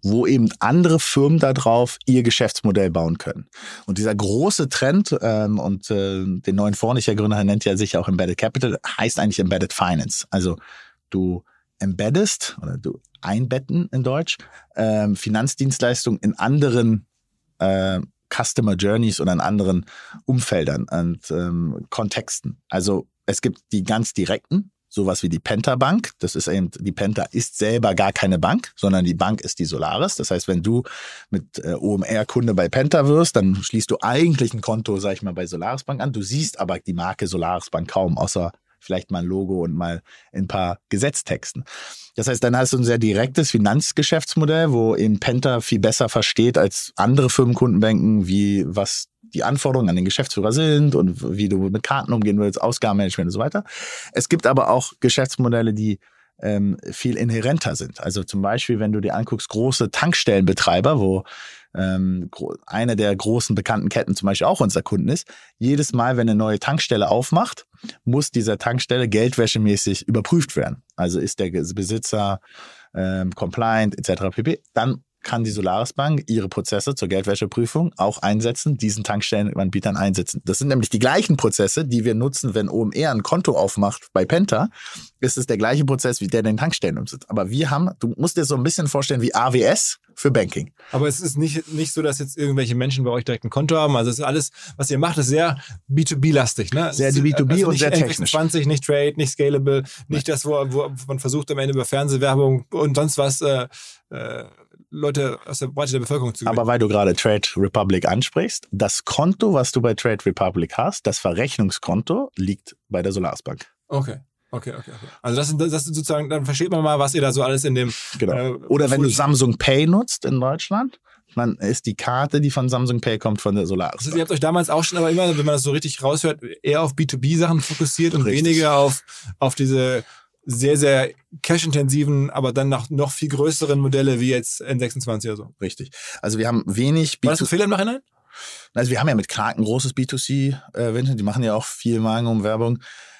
Speaker 3: wo eben andere Firmen darauf ihr Geschäftsmodell bauen können. Und dieser große Trend, ähm, und äh, den neuen Fonds, ich ja Gründer nennt ja sich auch Embedded Capital, heißt eigentlich Embedded Finance. Also du embeddest oder du einbetten in Deutsch ähm, Finanzdienstleistungen in anderen äh, Customer Journeys oder in anderen Umfeldern und ähm, Kontexten. Also es gibt die ganz direkten, sowas wie die Penta Bank. Das ist eben, die Penta ist selber gar keine Bank, sondern die Bank ist die Solaris. Das heißt, wenn du mit äh, O M R-Kunde bei Penta wirst, dann schließt du eigentlich ein Konto, sag ich mal, bei Solaris Bank an. Du siehst aber die Marke Solaris Bank kaum, außer vielleicht mal ein Logo und mal ein paar Gesetztexten. Das heißt, dann hast du ein sehr direktes Finanzgeschäftsmodell, wo eben Penta viel besser versteht als andere Firmenkundenbanken, wie was die Anforderungen an den Geschäftsführer sind und wie du mit Karten umgehen willst, Ausgabenmanagement und so weiter. Es gibt aber auch Geschäftsmodelle, die ähm, viel inhärenter sind. Also zum Beispiel, wenn du dir anguckst, große Tankstellenbetreiber, wo ähm, eine der großen bekannten Ketten zum Beispiel auch unser Kunden ist, jedes Mal, wenn eine neue Tankstelle aufmacht, muss dieser Tankstelle geldwäschemäßig überprüft werden. Also ist der Besitzer ähm, compliant et cetera pp. Dann kann die Solaris Bank ihre Prozesse zur Geldwäscheprüfung auch einsetzen, diesen Tankstellenanbietern einsetzen. Das sind nämlich die gleichen Prozesse, die wir nutzen, wenn O M R ein Konto aufmacht bei Penta. Ist es der gleiche Prozess, wie der den Tankstellen umsetzt. Aber wir haben, du musst dir so ein bisschen vorstellen wie A W S für Banking.
Speaker 2: Aber es ist nicht, nicht so, dass jetzt irgendwelche Menschen bei euch direkt ein Konto haben. Also es ist alles, was ihr macht, ist sehr B zwei B-lastig. Ne?
Speaker 3: Sehr B zwei B also und sehr technisch.
Speaker 2: zwanzig, nicht Trade, nicht Scalable, nicht das, wo, wo man versucht am Ende über Fernsehwerbung und sonst was äh, äh, Leute aus der Breite der Bevölkerung zu gewinnen.
Speaker 3: Aber weil du gerade Trade Republic ansprichst, das Konto, was du bei Trade Republic hast, das Verrechnungskonto, liegt bei der Solaris Bank.
Speaker 2: Okay. Okay, okay, okay. Also das, das ist sozusagen, dann versteht man mal, was ihr da so alles in dem...
Speaker 3: Genau. Äh, Oder wenn du Samsung Pay nutzt in Deutschland, dann ist die Karte, die von Samsung Pay kommt, von der Solaris.
Speaker 2: Also ihr habt euch damals auch schon, aber immer, wenn man das so richtig raushört, eher auf B zwei B-Sachen fokussiert und richtig. weniger auf, auf diese sehr, sehr cash-intensiven, aber dann noch, noch viel größeren Modelle wie jetzt N sechsundzwanzig oder so.
Speaker 3: Richtig. Also wir haben wenig...
Speaker 2: War das ein Fehler im Nachhinein?
Speaker 3: Also wir haben ja mit Clark ein großes B zwei C-Venture, äh, die machen ja auch viel Marketing und Werbung.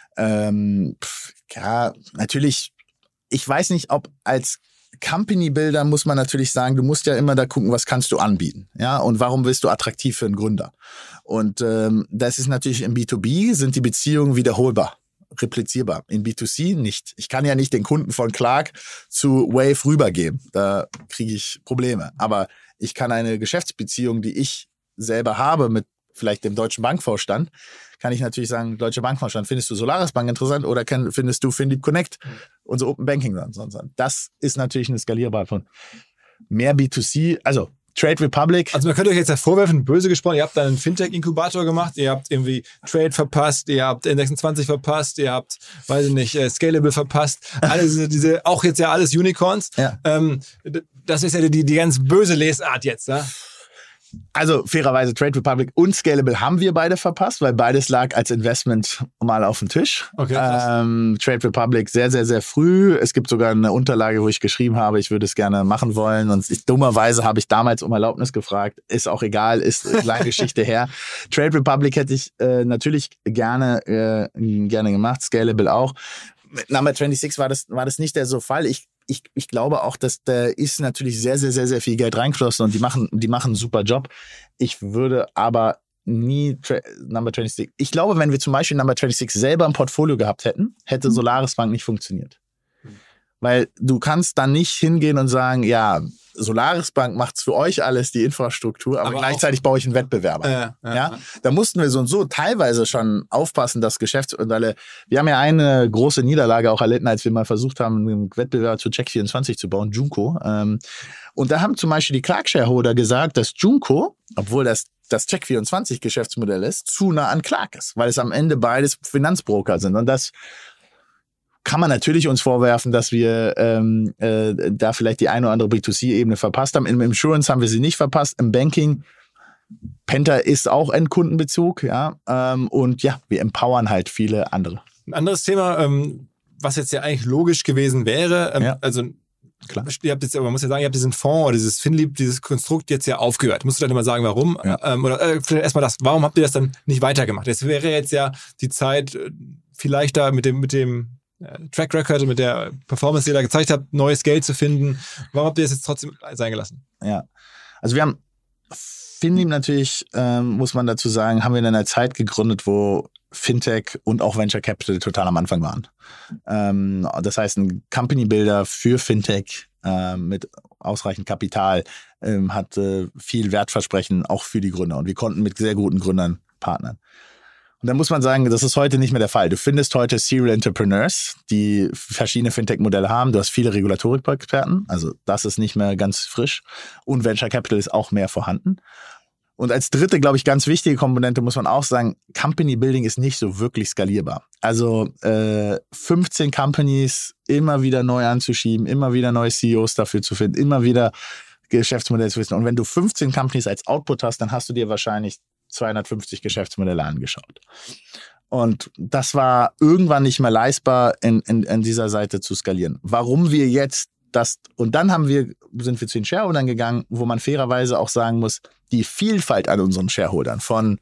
Speaker 3: Ähm, pff, ja, natürlich, ich weiß nicht, ob als Company-Builder muss man natürlich sagen, du musst ja immer da gucken, was kannst du anbieten, ja, und warum willst du attraktiv für einen Gründer? Und ähm, das ist natürlich im B zwei B, sind die Beziehungen wiederholbar, replizierbar. In B zwei C nicht. Ich kann ja nicht den Kunden von Clark zu Wave rübergeben, da kriege ich Probleme. Aber ich kann eine Geschäftsbeziehung, die ich selber habe mit vielleicht dem Deutschen Bankvorstand, kann ich natürlich sagen, Deutsche Bankvorstand, findest du Solaris Bank interessant oder kann, findest du Finlieb Connect, mhm. unser Open Banking dann? Das ist natürlich eine skalierbare von mehr B zwei C, also Trade Republic.
Speaker 2: Also man könnte euch jetzt ja vorwerfen, böse gesprochen, ihr habt dann einen Fintech-Inkubator gemacht, ihr habt irgendwie Trade verpasst, ihr habt N sechsundzwanzig verpasst, ihr habt, weiß ich nicht, äh, Scalable verpasst, alle diese, diese, auch jetzt ja alles Unicorns. Ja. Ähm, das ist ja die, die ganz böse Lesart jetzt, ne?
Speaker 3: Also fairerweise Trade Republic und Scalable haben wir beide verpasst, weil beides lag als Investment mal auf dem Tisch.
Speaker 2: Okay,
Speaker 3: ähm, Trade Republic sehr, sehr, sehr früh. Es gibt sogar eine Unterlage, wo ich geschrieben habe, ich würde es gerne machen wollen. Und ich, dummerweise habe ich damals um Erlaubnis gefragt. Ist auch egal, ist eine lange Geschichte her. Trade Republic hätte ich äh, natürlich gerne, äh, gerne gemacht, Scalable auch. Mit Number sechsundzwanzig war das, war das nicht der so Fall. Ich Ich, ich glaube auch, dass da ist natürlich sehr, sehr, sehr, sehr viel Geld reingeflossen und die machen, die machen einen super Job. Ich würde aber nie Tra- Number sechsundzwanzig. Ich glaube, wenn wir zum Beispiel Number sechsundzwanzig selber im Portfolio gehabt hätten, hätte Solaris Bank nicht funktioniert. Mhm. Weil du kannst dann nicht hingehen und sagen, ja, Solaris Bank macht's für euch alles, die Infrastruktur, aber, aber gleichzeitig baue ich einen Wettbewerber. Äh, äh, ja? Äh. Da mussten wir so und so teilweise schon aufpassen, dass Geschäftsmodelle, wir haben ja eine große Niederlage auch erlitten, als wir mal versucht haben, einen Wettbewerber zu Check vierundzwanzig zu bauen, Junko. Ähm, und da haben zum Beispiel die Clark-Shareholder gesagt, dass Junko, obwohl das das Check vierundzwanzig Geschäftsmodell ist, zu nah an Clark ist, weil es am Ende beides Finanzbroker sind. Und das kann man natürlich uns vorwerfen, dass wir ähm, äh, da vielleicht die eine oder andere B zwei C-Ebene verpasst haben. Im Insurance haben wir sie nicht verpasst. Im Banking, Penta ist auch Endkundenbezug, ja. Ähm, und ja, wir empowern halt viele andere.
Speaker 2: Ein anderes Thema, ähm, was jetzt ja eigentlich logisch gewesen wäre, ähm,
Speaker 3: ja.
Speaker 2: also klar. Ihr habt jetzt, man muss ja sagen, ihr habt diesen Fonds oder dieses Finlieb, dieses Konstrukt jetzt ja aufgehört. Musst du dann mal sagen, warum?
Speaker 3: Ja.
Speaker 2: Ähm, oder äh, vielleicht erstmal das, warum habt ihr das dann nicht weitergemacht? Jetzt wäre jetzt ja die Zeit, vielleicht da mit dem, mit dem Track Record, mit der Performance, die ihr da gezeigt habt, neues Geld zu finden. Warum habt ihr das jetzt trotzdem sein gelassen?
Speaker 3: Ja, also wir haben Finlieb natürlich, ähm, muss man dazu sagen, haben wir in einer Zeit gegründet, wo Fintech und auch Venture Capital total am Anfang waren. Ähm, das heißt, ein Company Builder für Fintech äh, mit ausreichend Kapital ähm, hat äh, viel Wertversprechen auch für die Gründer. Und wir konnten mit sehr guten Gründern partnern. Und dann muss man sagen, das ist heute nicht mehr der Fall. Du findest heute Serial Entrepreneurs, die verschiedene Fintech-Modelle haben. Du hast viele Regulatorik-Experten, also das ist nicht mehr ganz frisch. Und Venture Capital ist auch mehr vorhanden. Und als dritte, glaube ich, ganz wichtige Komponente muss man auch sagen, Company Building ist nicht so wirklich skalierbar. Also äh, fünfzehn Companies immer wieder neu anzuschieben, immer wieder neue C E Os dafür zu finden, immer wieder Geschäftsmodelle zu wissen. Und wenn du fünfzehn Companies als Output hast, dann hast du dir wahrscheinlich zweihundertfünfzig Geschäftsmodelle angeschaut. Und das war irgendwann nicht mehr leistbar, in, in, in dieser Seite zu skalieren. Warum wir jetzt das, und dann haben wir, sind wir zu den Shareholdern gegangen, wo man fairerweise auch sagen muss, die Vielfalt an unseren Shareholdern von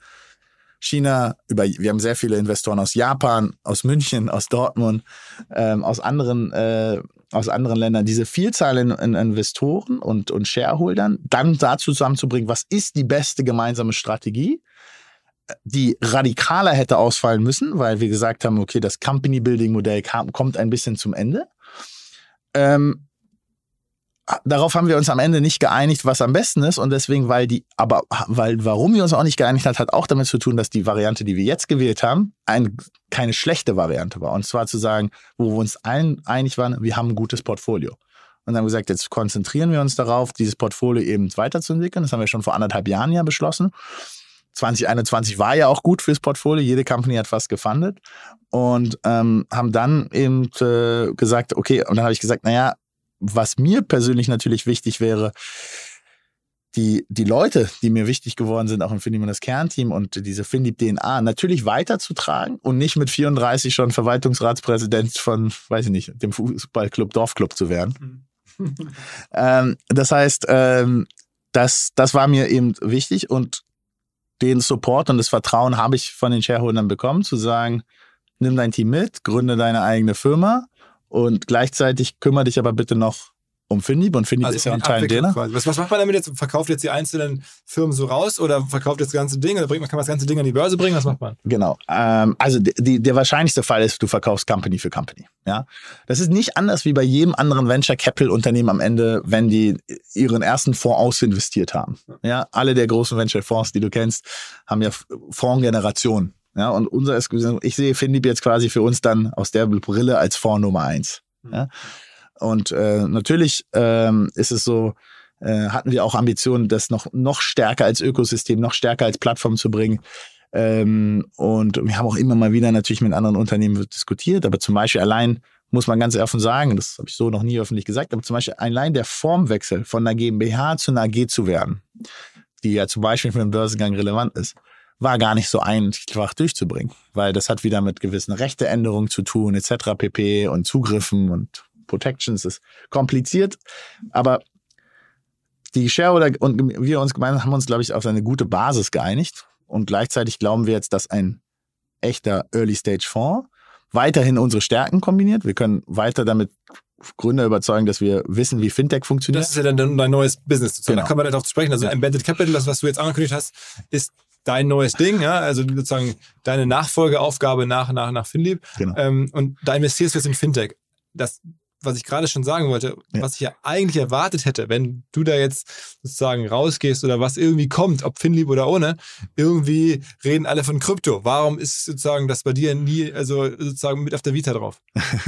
Speaker 3: China über, wir haben sehr viele Investoren aus Japan, aus München, aus Dortmund, ähm, aus anderen äh, aus anderen Ländern, diese Vielzahl in, in Investoren und, und Shareholdern dann dazu zusammenzubringen, was ist die beste gemeinsame Strategie, die radikaler hätte ausfallen müssen, weil wir gesagt haben, okay, das Company-Building-Modell kam, kommt ein bisschen zum Ende. Ähm, darauf haben wir uns am Ende nicht geeinigt, was am besten ist und deswegen, weil die, aber weil warum wir uns auch nicht geeinigt haben, hat auch damit zu tun, dass die Variante, die wir jetzt gewählt haben, ein, keine schlechte Variante war. Und zwar zu sagen, wo wir uns allen einig waren, wir haben ein gutes Portfolio. Und dann haben wir gesagt, jetzt konzentrieren wir uns darauf, dieses Portfolio eben weiterzuentwickeln. Das haben wir schon vor anderthalb Jahren ja beschlossen. zwanzig einundzwanzig war ja auch gut fürs Portfolio. Jede Company hat was gefundet. Und ähm, haben dann eben äh, gesagt, okay, und dann habe ich gesagt, naja, was mir persönlich natürlich wichtig wäre, die, die Leute, die mir wichtig geworden sind, auch im Finlieb und das Kernteam und diese Finlieb-D N A natürlich weiterzutragen und nicht mit vierunddreißig schon Verwaltungsratspräsident von, weiß ich nicht, dem Fußballclub, Dorfclub zu werden. Mhm. ähm, das heißt, ähm, das, das war mir eben wichtig und den Support und das Vertrauen habe ich von den Shareholdern bekommen, zu sagen, nimm dein Team mit, gründe deine eigene Firma und gleichzeitig kümmere dich aber bitte noch um Finlieb und Finlieb also ist ja ein Teil derer.
Speaker 2: Was, was macht man damit jetzt? Verkauft jetzt die einzelnen Firmen so raus oder verkauft jetzt das ganze Ding oder bringt man, kann man das ganze Ding an die Börse bringen? Was macht man?
Speaker 3: Genau. Ähm, also die, der wahrscheinlichste Fall ist, du verkaufst Company für Company. Ja? Das ist nicht anders wie bei jedem anderen Venture Capital Unternehmen am Ende, wenn die ihren ersten Fonds ausinvestiert haben. Ja? Alle der großen Venture Fonds, die du kennst, haben ja Fondsgenerationen. Ja, und unser ist, ich sehe Finlieb jetzt quasi für uns dann aus der Brille als Fonds Nummer eins. Ja. Und äh, natürlich ähm, ist es so, äh, hatten wir auch Ambitionen, das noch, noch stärker als Ökosystem, noch stärker als Plattform zu bringen. Ähm, und wir haben auch immer mal wieder natürlich mit anderen Unternehmen diskutiert, aber zum Beispiel allein, muss man ganz offen sagen, das habe ich so noch nie öffentlich gesagt, aber zum Beispiel allein der Formwechsel von einer GmbH zu einer A G zu werden, die ja zum Beispiel für den Börsengang relevant ist, war gar nicht so einfach durchzubringen, weil das hat wieder mit gewissen Rechteänderungen zu tun, et cetera pp. Und Zugriffen und Protections ist kompliziert, aber die Shareholder und wir uns gemeinsam haben uns, glaube ich, auf eine gute Basis geeinigt und gleichzeitig glauben wir jetzt, dass ein echter Early-Stage-Fonds weiterhin unsere Stärken kombiniert. Wir können weiter damit Gründer überzeugen, dass wir wissen, wie Fintech funktioniert.
Speaker 2: Das ist ja dann dein neues Business. Sozusagen.
Speaker 3: Genau.
Speaker 2: Da kann man darauf sprechen. Also ja. Embedded Capital, das, was du jetzt angekündigt hast, ist dein neues Ding, ja, also sozusagen deine Nachfolgeaufgabe nach, nach, nach Finlieb.
Speaker 3: Genau.
Speaker 2: Ähm, und da investierst du jetzt in Fintech. Das, was ich gerade schon sagen wollte, ja. was ich ja eigentlich erwartet hätte, wenn du da jetzt sozusagen rausgehst oder was irgendwie kommt, ob Finlieb oder ohne, irgendwie reden alle von Krypto. Warum ist sozusagen das bei dir nie, also sozusagen mit auf der Vita drauf?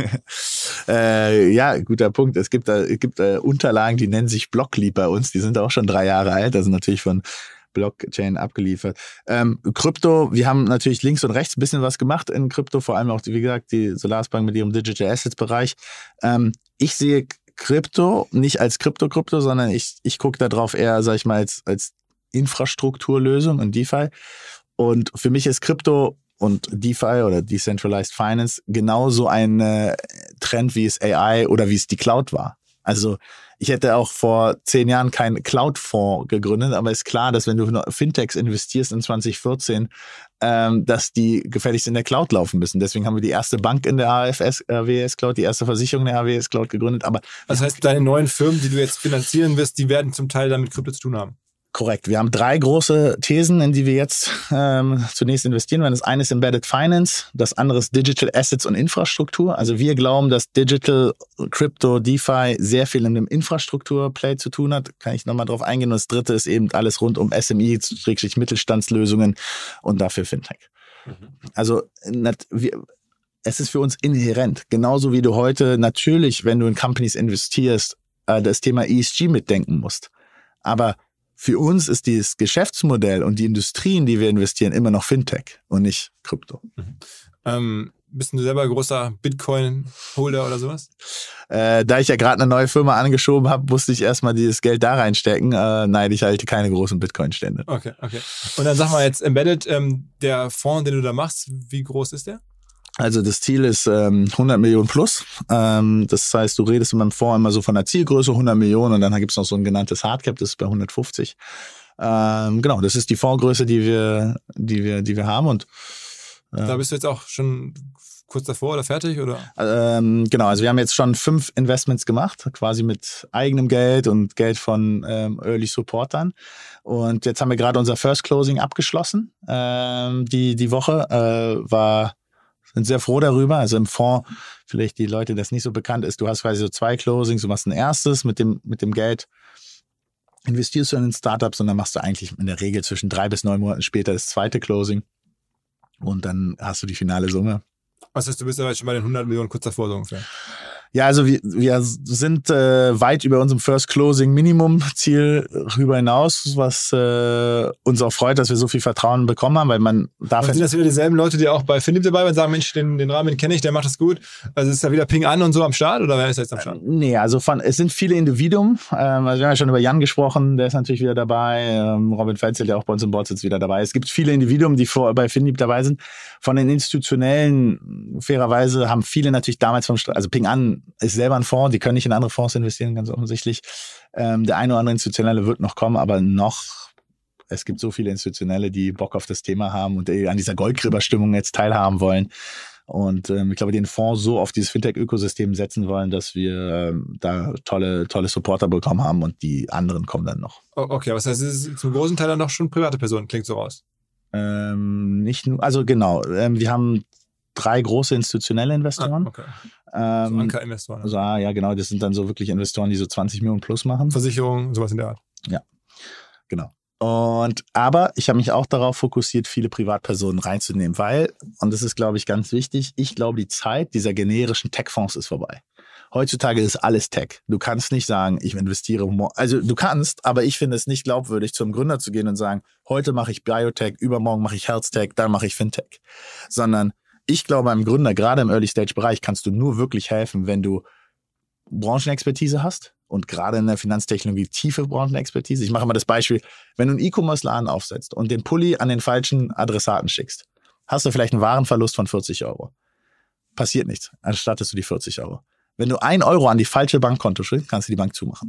Speaker 3: äh, ja, guter Punkt. Es gibt, es gibt äh, Unterlagen, die nennen sich Blockleap bei uns. Die sind auch schon drei Jahre alt. Das sind natürlich von Blockchain abgeliefert. Ähm, Krypto, wir haben natürlich links und rechts ein bisschen was gemacht in Krypto, vor allem auch, wie gesagt, die Solaris Bank mit ihrem Digital Assets Bereich. Ähm, ich sehe Krypto nicht als Krypto-Krypto, sondern ich, ich gucke da drauf eher, sag ich mal, als, als Infrastrukturlösung und DeFi. Und für mich ist Krypto und DeFi oder Decentralized Finance genauso ein äh, Trend, wie es A I oder wie es die Cloud war. Also ich hätte auch vor zehn Jahren keinen Cloud-Fonds gegründet, aber ist klar, dass wenn du in Fintechs investierst in zwanzig vierzehn, ähm, dass die gefälligst in der Cloud laufen müssen. Deswegen haben wir die erste Bank in der A F S, A W S Cloud, die erste Versicherung in der A W S Cloud gegründet. Aber
Speaker 2: das heißt, deine neuen Firmen, die du jetzt finanzieren wirst, die werden zum Teil damit Krypto zu tun haben.
Speaker 3: Korrekt. Wir haben drei große Thesen, in die wir jetzt ähm, zunächst investieren werden. Das eine ist Embedded Finance, das andere ist Digital Assets und Infrastruktur. Also wir glauben, dass Digital, Crypto, DeFi sehr viel in dem Infrastrukturplay zu tun hat. Kann ich nochmal drauf eingehen. Und das dritte ist eben alles rund um S M I, Mittelstandslösungen und dafür Fintech. Mhm. Also wir, es ist für uns inhärent. Genauso wie du heute natürlich, wenn du in Companies investierst, äh, das Thema E S G mitdenken musst. Aber für uns ist dieses Geschäftsmodell und die Industrie, in die wir investieren, immer noch Fintech und nicht Krypto.
Speaker 2: Mhm. Ähm, bist du selber großer Bitcoin-Holder oder sowas?
Speaker 3: Äh, da ich ja gerade eine neue Firma angeschoben habe, musste ich erstmal dieses Geld da reinstecken. Äh, nein, ich halte keine großen Bitcoin-Stände.
Speaker 2: Okay, okay. Und dann sag mal jetzt, Embedded, ähm, der Fonds, den du da machst, wie groß ist der?
Speaker 3: Also das Ziel ist ähm, hundert Millionen plus. Ähm, das heißt, du redest in meinem Fonds immer so von der Zielgröße hundert Millionen und dann gibt es noch so ein genanntes Hardcap, das ist bei hundertfünfzig. Ähm, genau, das ist die Fondsgröße, die wir, die wir, die wir haben. Und äh,
Speaker 2: da bist du jetzt auch schon kurz davor oder fertig, oder?
Speaker 3: Ähm, genau, also wir haben jetzt schon fünf Investments gemacht, quasi mit eigenem Geld und Geld von ähm, Early Supportern. Und jetzt haben wir gerade unser First Closing abgeschlossen. Ähm, die, die Woche äh, war sind sehr froh darüber. Also im Fonds, vielleicht die Leute, das nicht so bekannt ist, du hast quasi so zwei Closings, du machst ein erstes mit dem, mit dem Geld, investierst du in Startups und dann machst du eigentlich in der Regel zwischen drei bis neun Monaten später das zweite Closing und dann hast du die finale Summe.
Speaker 2: Was heißt, du bist aber schon bei den hundert Millionen kurz davor so ungefähr?
Speaker 3: Ja, also wir, wir sind äh, weit über unserem First Closing Minimum Ziel rüber hinaus, was äh, uns auch freut, dass wir so viel Vertrauen bekommen haben, weil man darf.
Speaker 2: Und sind das wieder dieselben Leute, die auch bei Finlieb dabei waren und sagen, Mensch, den, den Rahmen kenne ich, der macht das gut. Also ist da wieder Ping an und so am Start oder wer ist jetzt am Start?
Speaker 3: Äh, nee, also von, es sind viele Individuen. Ähm, also wir haben ja schon über Jan gesprochen, der ist natürlich wieder dabei. Ähm, Robin Fetzel, der auch bei uns im Board sitzt, wieder dabei. Es gibt viele Individuen, die vor, bei Finlieb dabei sind. Von den Institutionellen, fairerweise, haben viele natürlich damals vom, also Ping an ist selber ein Fonds, die können nicht in andere Fonds investieren, ganz offensichtlich. Ähm, der eine oder andere Institutionelle wird noch kommen, aber noch, es gibt so viele Institutionelle, die Bock auf das Thema haben und an dieser Goldgräberstimmung jetzt teilhaben wollen. Und ähm, ich glaube, den Fonds so auf dieses Fintech-Ökosystem setzen wollen, dass wir ähm, da tolle, tolle Supporter bekommen haben und die anderen kommen dann noch.
Speaker 2: Okay, was heißt, es ist zum großen Teil dann noch schon private Personen, klingt so raus.
Speaker 3: Ähm, nicht nur, also genau, ähm, wir haben drei große institutionelle Investoren.
Speaker 2: Ah, okay. Ähm, so Anker-Investoren.
Speaker 3: Also, ah, ja, genau, das sind dann so wirklich Investoren, die so zwanzig Millionen plus machen.
Speaker 2: Versicherungen, sowas in der Art.
Speaker 3: Ja, genau. Und aber ich habe mich auch darauf fokussiert, viele Privatpersonen reinzunehmen, weil, und das ist, glaube ich, ganz wichtig, ich glaube, die Zeit dieser generischen Tech-Fonds ist vorbei. Heutzutage ist alles Tech. Du kannst nicht sagen, ich investiere, also du kannst, aber ich finde es nicht glaubwürdig, zum Gründer zu gehen und sagen, heute mache ich Biotech, übermorgen mache ich Health Tech, dann mache ich Fintech. Sondern ich glaube, einem Gründer, gerade im Early-Stage-Bereich, kannst du nur wirklich helfen, wenn du Branchenexpertise hast und gerade in der Finanztechnologie tiefe Branchenexpertise. Ich mache mal das Beispiel, wenn du einen E-Commerce-Laden aufsetzt und den Pulli an den falschen Adressaten schickst, hast du vielleicht einen Warenverlust von vierzig Euro. Passiert nichts, erstattest du die vierzig Euro. Wenn du ein Euro an die falsche Bankkonto schickst, kannst du die Bank zumachen.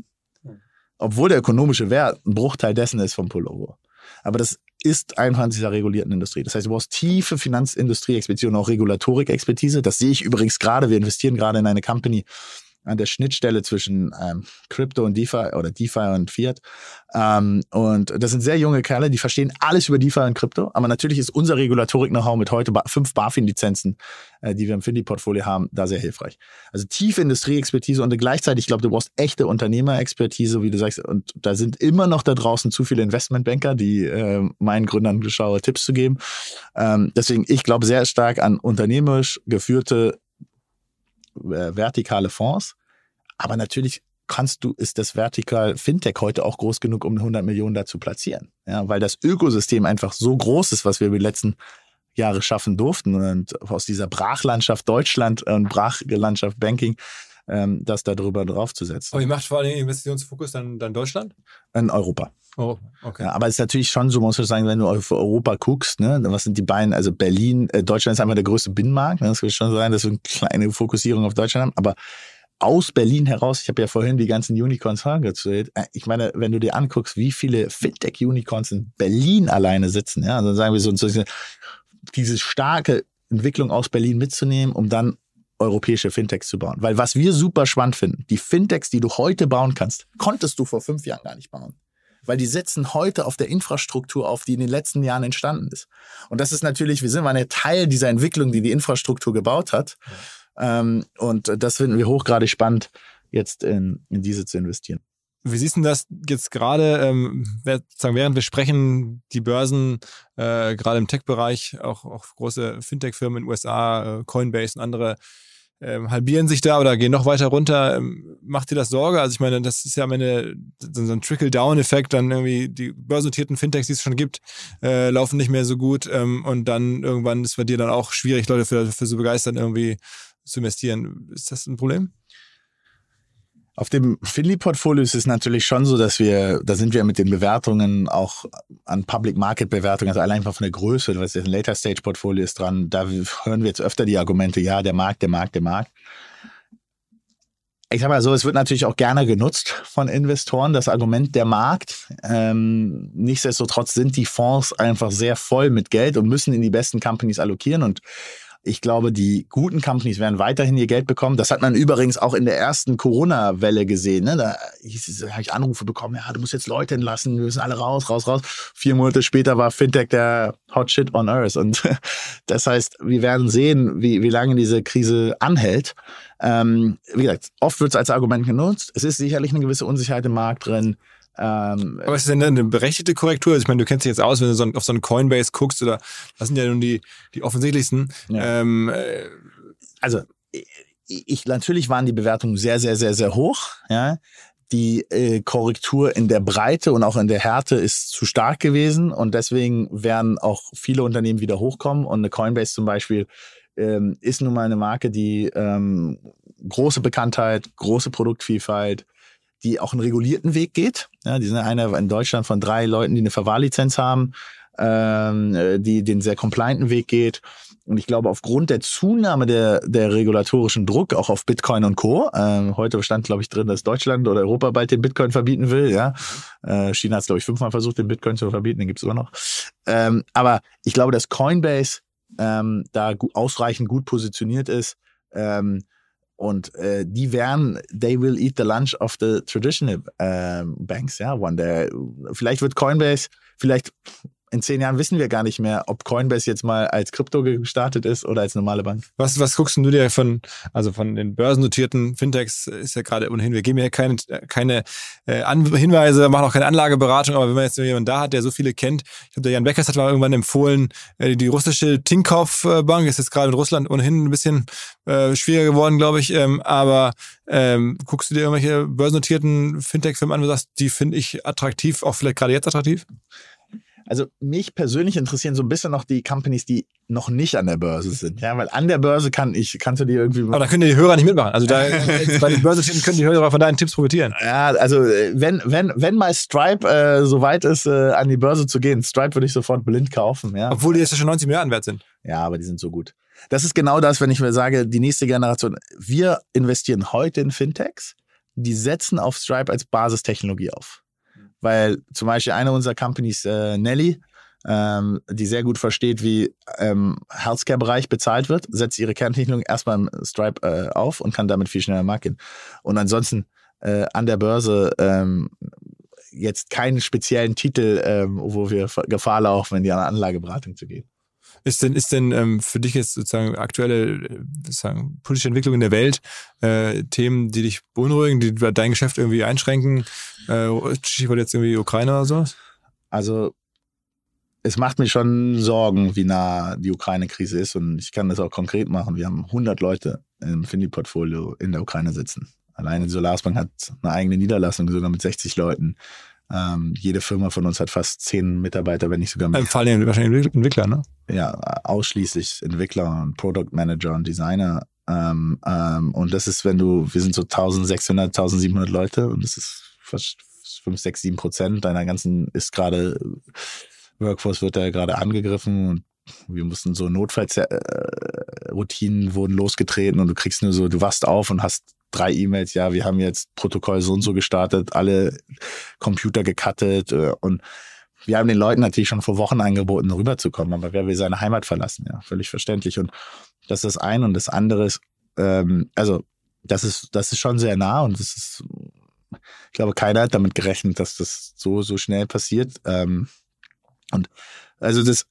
Speaker 3: Obwohl der ökonomische Wert ein Bruchteil dessen ist vom Pullover. Aber das ist einfach in dieser regulierten Industrie. Das heißt, du brauchst tiefe Finanzindustrie-Expertise und auch Regulatorik-Expertise. Das sehe ich übrigens gerade. Wir investieren gerade in eine Company an der Schnittstelle zwischen ähm, Crypto und DeFi oder DeFi und Fiat. Ähm, und das sind sehr junge Kerle, die verstehen alles über DeFi und Crypto. Aber natürlich ist unser Regulatorik-Know-how mit heute fünf BaFin-Lizenzen, äh, die wir im Findy-Portfolio haben, da sehr hilfreich. Also tiefe Industrie-Expertise und gleichzeitig, ich glaube, du brauchst echte Unternehmer-Expertise, wie du sagst. Und da sind immer noch da draußen zu viele Investmentbanker, die äh, meinen Gründern schlaue Tipps zu geben. Ähm, deswegen, ich glaube sehr stark an unternehmerisch geführte vertikale Fonds, aber natürlich kannst du, ist das vertikal Fintech heute auch groß genug, um hundert Millionen da zu platzieren, ja, weil das Ökosystem einfach so groß ist, was wir über die letzten Jahre schaffen durften und aus dieser Brachlandschaft Deutschland und Brachlandschaft Banking, ähm, das da drüber draufzusetzen.
Speaker 2: Aber ihr macht vor allem den Investitionsfokus dann, dann Deutschland?
Speaker 3: In Europa.
Speaker 2: Oh, okay.
Speaker 3: Ja, aber es ist natürlich schon so, muss ich sagen, wenn du auf Europa guckst, ne, was sind die beiden, also Berlin, äh, Deutschland ist einfach der größte Binnenmarkt, ne, das will schon sein, dass wir eine kleine Fokussierung auf Deutschland haben, aber aus Berlin heraus, ich habe ja vorhin die ganzen Unicorns angezählt, ich meine, wenn du dir anguckst, wie viele Fintech-Unicorns in Berlin alleine sitzen, ja, also sagen wir so, so diese starke Entwicklung aus Berlin mitzunehmen, um dann europäische Fintechs zu bauen. Weil was wir super spannend finden, die Fintechs, die du heute bauen kannst, konntest du vor fünf Jahren gar nicht bauen. Weil die setzen heute auf der Infrastruktur auf, die in den letzten Jahren entstanden ist. Und das ist natürlich, wir sind mal ein Teil dieser Entwicklung, die die Infrastruktur gebaut hat. Ja. Ähm, und das finden wir hochgradig spannend, jetzt in, in diese zu investieren.
Speaker 2: Wie siehst du das jetzt gerade, ähm, während wir sprechen, die Börsen, äh, gerade im Tech-Bereich, auch, auch große Fintech-Firmen in den U S A, äh, Coinbase und andere, ähm, halbieren sich da oder gehen noch weiter runter. Ähm, macht dir das Sorge? Also ich meine, das ist ja am Ende so, so ein Trickle-Down-Effekt, dann irgendwie die börsennotierten Fintechs, die es schon gibt, äh, laufen nicht mehr so gut ähm, und dann irgendwann ist bei dir dann auch schwierig, Leute für, für so begeistern irgendwie zu investieren. Ist das ein Problem?
Speaker 3: Auf dem Finly-Portfolio ist es natürlich schon so, dass wir, da sind wir mit den Bewertungen auch an Public-Market-Bewertungen, also allein von der Größe, was jetzt ein Later-Stage-Portfolio ist dran, da hören wir jetzt öfter die Argumente, ja, der Markt, der Markt, der Markt. Ich sag mal so, es wird natürlich auch gerne genutzt von Investoren, das Argument der Markt. Ähm, nichtsdestotrotz sind die Fonds einfach sehr voll mit Geld und müssen in die besten Companies allokieren und ich glaube, die guten Companies werden weiterhin ihr Geld bekommen. Das hat man übrigens auch in der ersten Corona-Welle gesehen. Ne? Da, da habe ich Anrufe bekommen, ja, du musst jetzt Leute entlassen, wir müssen alle raus, raus, raus. Vier Monate später war Fintech der Hot Shit on Earth. Und das heißt, wir werden sehen, wie, wie lange diese Krise anhält. Ähm, wie gesagt, oft wird es als Argument genutzt. Es ist sicherlich eine gewisse Unsicherheit im Markt drin.
Speaker 2: Ähm, Aber ist das denn eine berechtigte Korrektur? Also ich meine, du kennst dich jetzt aus, wenn du so auf so einen Coinbase guckst, oder das sind ja nun die, die offensichtlichsten. Ja. Ähm, äh,
Speaker 3: also ich, natürlich waren die Bewertungen sehr, sehr, sehr, sehr hoch. Ja. Die äh, Korrektur in der Breite und auch in der Härte ist zu stark gewesen und deswegen werden auch viele Unternehmen wieder hochkommen und eine Coinbase zum Beispiel ähm, ist nun mal eine Marke, die ähm, große Bekanntheit, große Produktvielfalt, die auch einen regulierten Weg geht. Ja, die sind einer in Deutschland von drei Leuten, die eine Verwahrlizenz haben, ähm, die den sehr complianten Weg geht. Und ich glaube, aufgrund der Zunahme der, der regulatorischen Druck, auch auf Bitcoin und Co., ähm, heute stand, glaube ich, drin, dass Deutschland oder Europa bald den Bitcoin verbieten will. Ja, äh, China hat es, glaube ich, fünfmal versucht, den Bitcoin zu verbieten, den gibt es immer noch. Ähm, aber ich glaube, dass Coinbase ähm, da gu- ausreichend gut positioniert ist, ähm, und äh, die werden, they will eat the lunch of the traditional ähm, banks, ja, one day. Vielleicht wird Coinbase, vielleicht in zehn Jahren wissen wir gar nicht mehr, ob Coinbase jetzt mal als Krypto gestartet ist oder als normale Bank.
Speaker 2: Was, was guckst du dir von, also von den börsennotierten Fintechs, ist ja gerade ohnehin, wir geben ja keine, keine äh, An- Hinweise, machen auch keine Anlageberatung, aber wenn man jetzt jemanden da hat, der so viele kennt, ich glaube, der Jan Beckers hat mal irgendwann empfohlen, äh, die russische Tinkoff Bank ist jetzt gerade in Russland ohnehin ein bisschen äh, schwieriger geworden, glaube ich, ähm, aber ähm, guckst du dir irgendwelche börsennotierten Fintech-Firmen an und sagst, die finde ich attraktiv, auch vielleicht gerade jetzt attraktiv?
Speaker 3: Also mich persönlich interessieren so ein bisschen noch die Companies, die noch nicht an der Börse sind. Ja, weil an der Börse kann ich, kannst du die irgendwie...
Speaker 2: Aber da können die Hörer nicht mitmachen. Also da bei den Börsentipps können die Hörer von deinen Tipps profitieren.
Speaker 3: Ja, also wenn wenn wenn mal Stripe äh, so weit ist, äh, an die Börse zu gehen, Stripe würde ich sofort blind kaufen. Ja.
Speaker 2: Obwohl die jetzt schon neunzig Milliarden wert sind.
Speaker 3: Ja, aber die sind so gut. Das ist genau das, wenn ich mir sage, die nächste Generation, wir investieren heute in Fintechs, die setzen auf Stripe als Basistechnologie auf. Weil zum Beispiel eine unserer Companies, äh, Nelly, ähm, die sehr gut versteht, wie ähm, Healthcare-Bereich bezahlt wird, setzt ihre Kerntechnologie erstmal im Stripe äh, auf und kann damit viel schneller am Markt gehen. Und ansonsten äh, an der Börse ähm, jetzt keinen speziellen Titel, ähm, wo wir Gefahr laufen, in die Anlageberatung zu gehen.
Speaker 2: Ist denn, ist denn ähm, für dich jetzt sozusagen aktuelle sozusagen, politische Entwicklung in der Welt äh, Themen, die dich beunruhigen, die dein Geschäft irgendwie einschränken? Äh, Stichwort jetzt irgendwie Ukraine oder sowas?
Speaker 3: Also es macht mir schon Sorgen, wie nah die Ukraine-Krise ist und ich kann das auch konkret machen. Wir haben hundert Leute im Finly-Portfolio in der Ukraine sitzen. Alleine die Solaris Bank hat eine eigene Niederlassung, sogar mit sechzig Leuten. Ähm, jede Firma von uns hat fast zehn Mitarbeiter, wenn nicht sogar mehr.
Speaker 2: Vor allem wahrscheinlich Entwickler, ne?
Speaker 3: Ja, ausschließlich Entwickler und Product Manager und Designer. Ähm, ähm, und das ist, wenn du, wir sind so eintausendsechshundert, eintausendsiebenhundert Leute und das ist fast fünf, sechs, sieben Prozent deiner ganzen, ist gerade, Workforce wird da gerade angegriffen und wir mussten so Notfallroutinen wurden losgetreten und du kriegst nur so, du wachst auf und hast drei E-Mails, ja, wir haben jetzt Protokoll so und so gestartet, alle Computer gecuttet und wir haben den Leuten natürlich schon vor Wochen angeboten, rüberzukommen, aber wer will seine Heimat verlassen? Ja, völlig verständlich. Und das ist das eine. Und das andere ist, ähm, also das ist, das ist schon sehr nah und das ist, ich glaube, keiner hat damit gerechnet, dass das so, so schnell passiert. Ähm, und also das,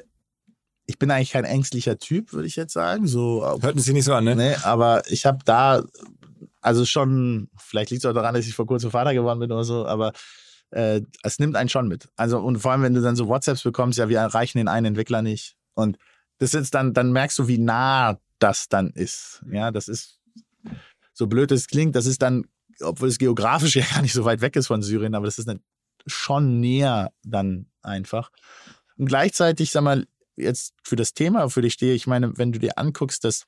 Speaker 3: ich bin eigentlich kein ängstlicher Typ, würde ich jetzt sagen. So,
Speaker 2: hörten Sie nicht so an, ne?
Speaker 3: Nee, aber ich habe da, also schon, vielleicht liegt es auch daran, dass ich vor kurzem Vater geworden bin oder so, aber äh, es nimmt einen schon mit. Also und vor allem, wenn du dann so WhatsApps bekommst, ja, wir erreichen den einen Entwickler nicht. Und das ist dann, dann merkst du, wie nah das dann ist. Ja, das ist, so blöd es klingt, das ist dann, obwohl es geografisch ja gar nicht so weit weg ist von Syrien, aber das ist dann schon näher dann einfach. Und gleichzeitig, sag mal, jetzt für das Thema, für dich stehe, ich meine, wenn du dir anguckst, dass,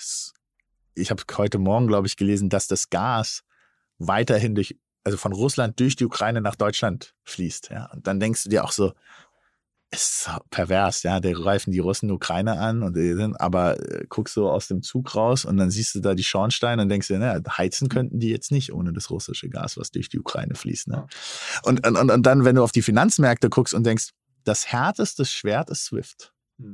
Speaker 3: ich habe heute Morgen, glaube ich, gelesen, dass das Gas weiterhin durch, also von Russland durch die Ukraine nach Deutschland fließt. Ja, und dann denkst du dir auch so, ist so pervers, ja, da greifen die Russen Ukraine an und aber äh, guckst so aus dem Zug raus und dann siehst du da die Schornsteine und denkst dir, naja, heizen könnten die jetzt nicht ohne das russische Gas, was durch die Ukraine fließt. Ne? Und, und, und dann, wenn du auf die Finanzmärkte guckst und denkst, das härteste Schwert ist SWIFT.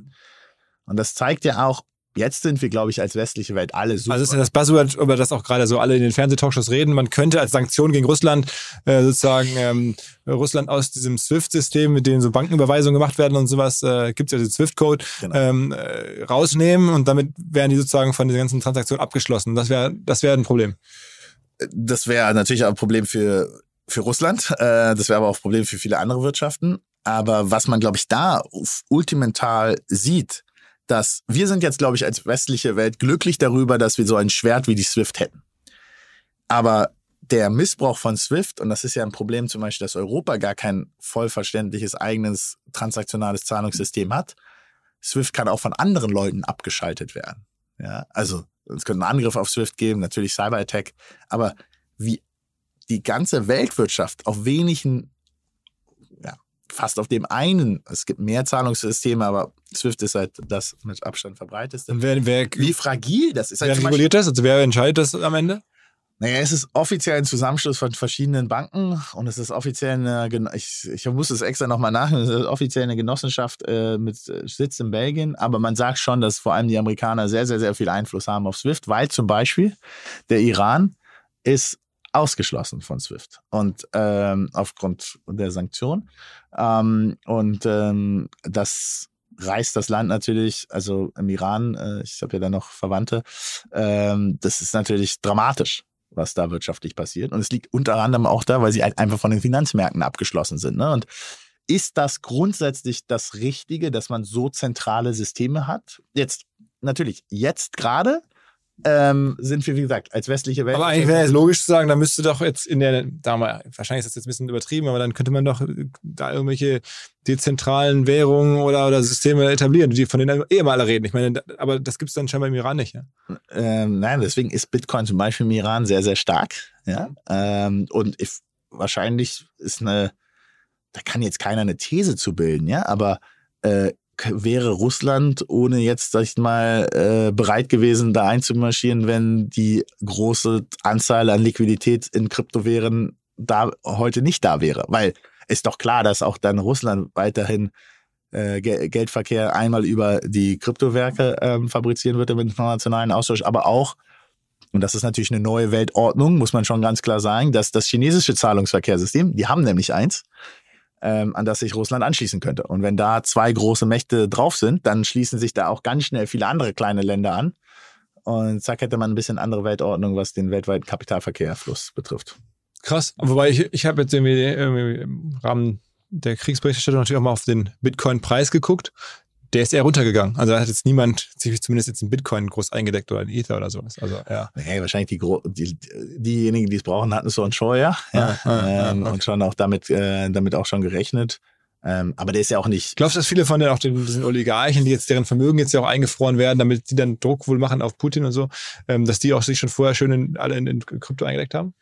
Speaker 3: Und das zeigt ja auch, jetzt sind wir, glaube ich, als westliche Welt alle super.
Speaker 2: Also das ist ja das Buzzword, über das auch gerade so alle in den Fernsehtalkshows reden. Man könnte als Sanktion gegen Russland äh, sozusagen ähm, Russland aus diesem SWIFT-System, mit dem so Bankenüberweisungen gemacht werden und sowas, äh, gibt es ja den SWIFT-Code, genau. ähm, äh, rausnehmen und damit wären die sozusagen von den ganzen Transaktionen abgeschlossen. Das wäre das wäre ein Problem.
Speaker 3: Das wäre natürlich auch ein Problem für, für Russland. Äh, das wäre aber auch ein Problem für viele andere Wirtschaften. Aber was man, glaube ich, da ultimental sieht, dass wir sind jetzt, glaube ich, als westliche Welt glücklich darüber, dass wir so ein Schwert wie die SWIFT hätten. Aber der Missbrauch von SWIFT, und das ist ja ein Problem zum Beispiel, dass Europa gar kein vollverständliches eigenes transaktionales Zahlungssystem hat. SWIFT kann auch von anderen Leuten abgeschaltet werden. Ja, also es könnte einen Angriff auf SWIFT geben, natürlich Cyberattack. Aber wie die ganze Weltwirtschaft auf wenigen, ja, fast auf dem einen, es gibt mehr Zahlungssysteme, aber SWIFT ist halt das mit Abstand verbreiteste.
Speaker 2: Wer, wer,
Speaker 3: wie fragil das ist.
Speaker 2: Wer
Speaker 3: halt
Speaker 2: reguliert das? Also wer entscheidet das am Ende?
Speaker 3: Naja, es ist offiziell ein Zusammenschluss von verschiedenen Banken und es ist offiziell eine, ich, ich muss es extra nochmal nachdenken, es ist offiziell eine Genossenschaft äh, mit Sitz in Belgien, aber man sagt schon, dass vor allem die Amerikaner sehr, sehr, sehr viel Einfluss haben auf SWIFT, weil zum Beispiel der Iran ist ausgeschlossen von SWIFT und ähm, aufgrund der Sanktionen ähm, und ähm, das reißt das Land natürlich, also im Iran, äh, ich habe ja da noch Verwandte, ähm, das ist natürlich dramatisch, was da wirtschaftlich passiert. Und es liegt unter anderem auch da, weil sie halt einfach von den Finanzmärkten abgeschlossen sind. Ne? Und ist das grundsätzlich das Richtige, dass man so zentrale Systeme hat? Jetzt, natürlich, jetzt gerade ähm, sind wir, wie gesagt, als westliche Welt.
Speaker 2: Aber eigentlich wäre es logisch zu sagen, da müsste doch jetzt in der, da mal, wahrscheinlich ist das jetzt ein bisschen übertrieben, aber dann könnte man doch da irgendwelche dezentralen Währungen oder, oder Systeme etablieren, die von denen eh immer alle reden. Ich meine, aber das gibt es dann scheinbar im Iran nicht, ja?
Speaker 3: Ähm, nein, deswegen ist Bitcoin zum Beispiel im Iran sehr, sehr stark. Ja? Ähm, und if, wahrscheinlich ist eine, da kann jetzt keiner eine These zu bilden, ja, aber äh, wäre Russland ohne jetzt, sag ich mal, äh, bereit gewesen, da einzumarschieren, wenn die große Anzahl an Liquidität in Kryptowährungen da heute nicht da wäre. Weil ist doch klar, dass auch dann Russland weiterhin äh, Ge- Geldverkehr einmal über die Kryptowerke ähm, fabrizieren würde mit internationalen Austausch, aber auch, und das ist natürlich eine neue Weltordnung, muss man schon ganz klar sagen, dass das chinesische Zahlungsverkehrssystem, die haben nämlich eins, Ähm, an das sich Russland anschließen könnte. Und wenn da zwei große Mächte drauf sind, dann schließen sich da auch ganz schnell viele andere kleine Länder an. Und zack, hätte man ein bisschen andere Weltordnung, was den weltweiten Kapitalverkehrfluss betrifft.
Speaker 2: Krass. Wobei ich, ich habe jetzt irgendwie, irgendwie im Rahmen der Kriegsberichterstattung natürlich auch mal auf den Bitcoin-Preis geguckt. Der ist eher runtergegangen. Also da hat jetzt niemand sich zumindest jetzt in Bitcoin groß eingedeckt oder in Ether oder sowas. Also, ja.
Speaker 3: Nee, wahrscheinlich die, Gro- die diejenigen, die es brauchen, hatten es so ein Scheuer. Ja,
Speaker 2: ah, ah,
Speaker 3: ähm,
Speaker 2: okay.
Speaker 3: Und schon auch damit, äh, damit auch schon gerechnet. Ähm, aber der ist ja auch nicht.
Speaker 2: Glaubst du, dass viele von den auch den, diesen Oligarchen, die jetzt deren Vermögen jetzt ja auch eingefroren werden, damit die dann Druck wohl machen auf Putin und so, ähm, dass die auch sich schon vorher schön in, alle in, in Krypto eingedeckt haben?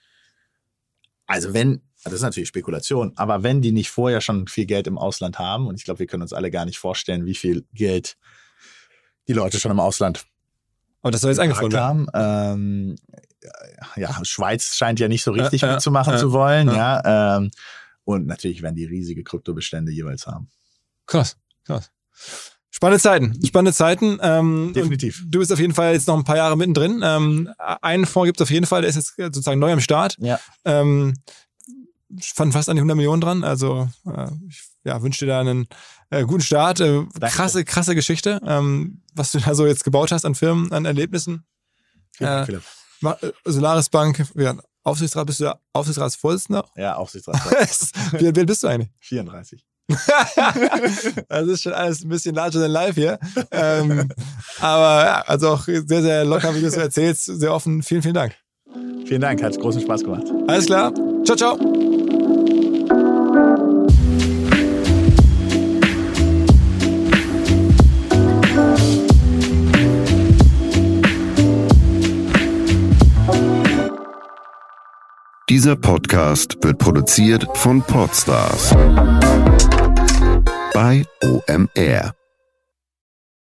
Speaker 3: Also wenn, das ist natürlich Spekulation, aber wenn die nicht vorher schon viel Geld im Ausland haben, und ich glaube, wir können uns alle gar nicht vorstellen, wie viel Geld die Leute schon im Ausland
Speaker 2: Aber das soll jetzt eingefroren werden.
Speaker 3: haben. Ähm, ja, Schweiz scheint ja nicht so richtig
Speaker 2: Ja,
Speaker 3: mitzumachen
Speaker 2: ja,
Speaker 3: zu wollen.
Speaker 2: ja.
Speaker 3: Ja, ähm, Und natürlich werden die riesige Kryptobestände jeweils haben.
Speaker 2: Krass, krass. Spannende Zeiten, spannende Zeiten. Ähm,
Speaker 3: Definitiv.
Speaker 2: Du bist auf jeden Fall jetzt noch ein paar Jahre mittendrin. Ähm, einen Fonds gibt es auf jeden Fall, der ist jetzt sozusagen neu am Start.
Speaker 3: Ja.
Speaker 2: Ähm, fand fast an die hundert Millionen dran. Also äh, ich ja, wünsche dir da einen äh, guten Start. Äh, krasse, krasse Geschichte, ähm, was du da so jetzt gebaut hast an Firmen, an Erlebnissen.
Speaker 3: Vielen Dank,
Speaker 2: äh,
Speaker 3: Philipp.
Speaker 2: Solaris Bank, ja, Aufsichtsrat, bist du da Aufsichtsratsvorsitzender?
Speaker 3: Ja, Aufsichtsrat.
Speaker 2: Wie alt bist du eigentlich?
Speaker 3: vierunddreißig.
Speaker 2: Das ist schon alles ein bisschen larger than life hier. ähm, aber ja, also auch sehr, sehr locker, wie du es erzählst, sehr offen. Vielen, vielen Dank.
Speaker 3: Vielen Dank, hat großen Spaß gemacht.
Speaker 2: Alles klar. Ciao, ciao.
Speaker 4: Dieser Podcast wird produziert von Podstars bei O M R.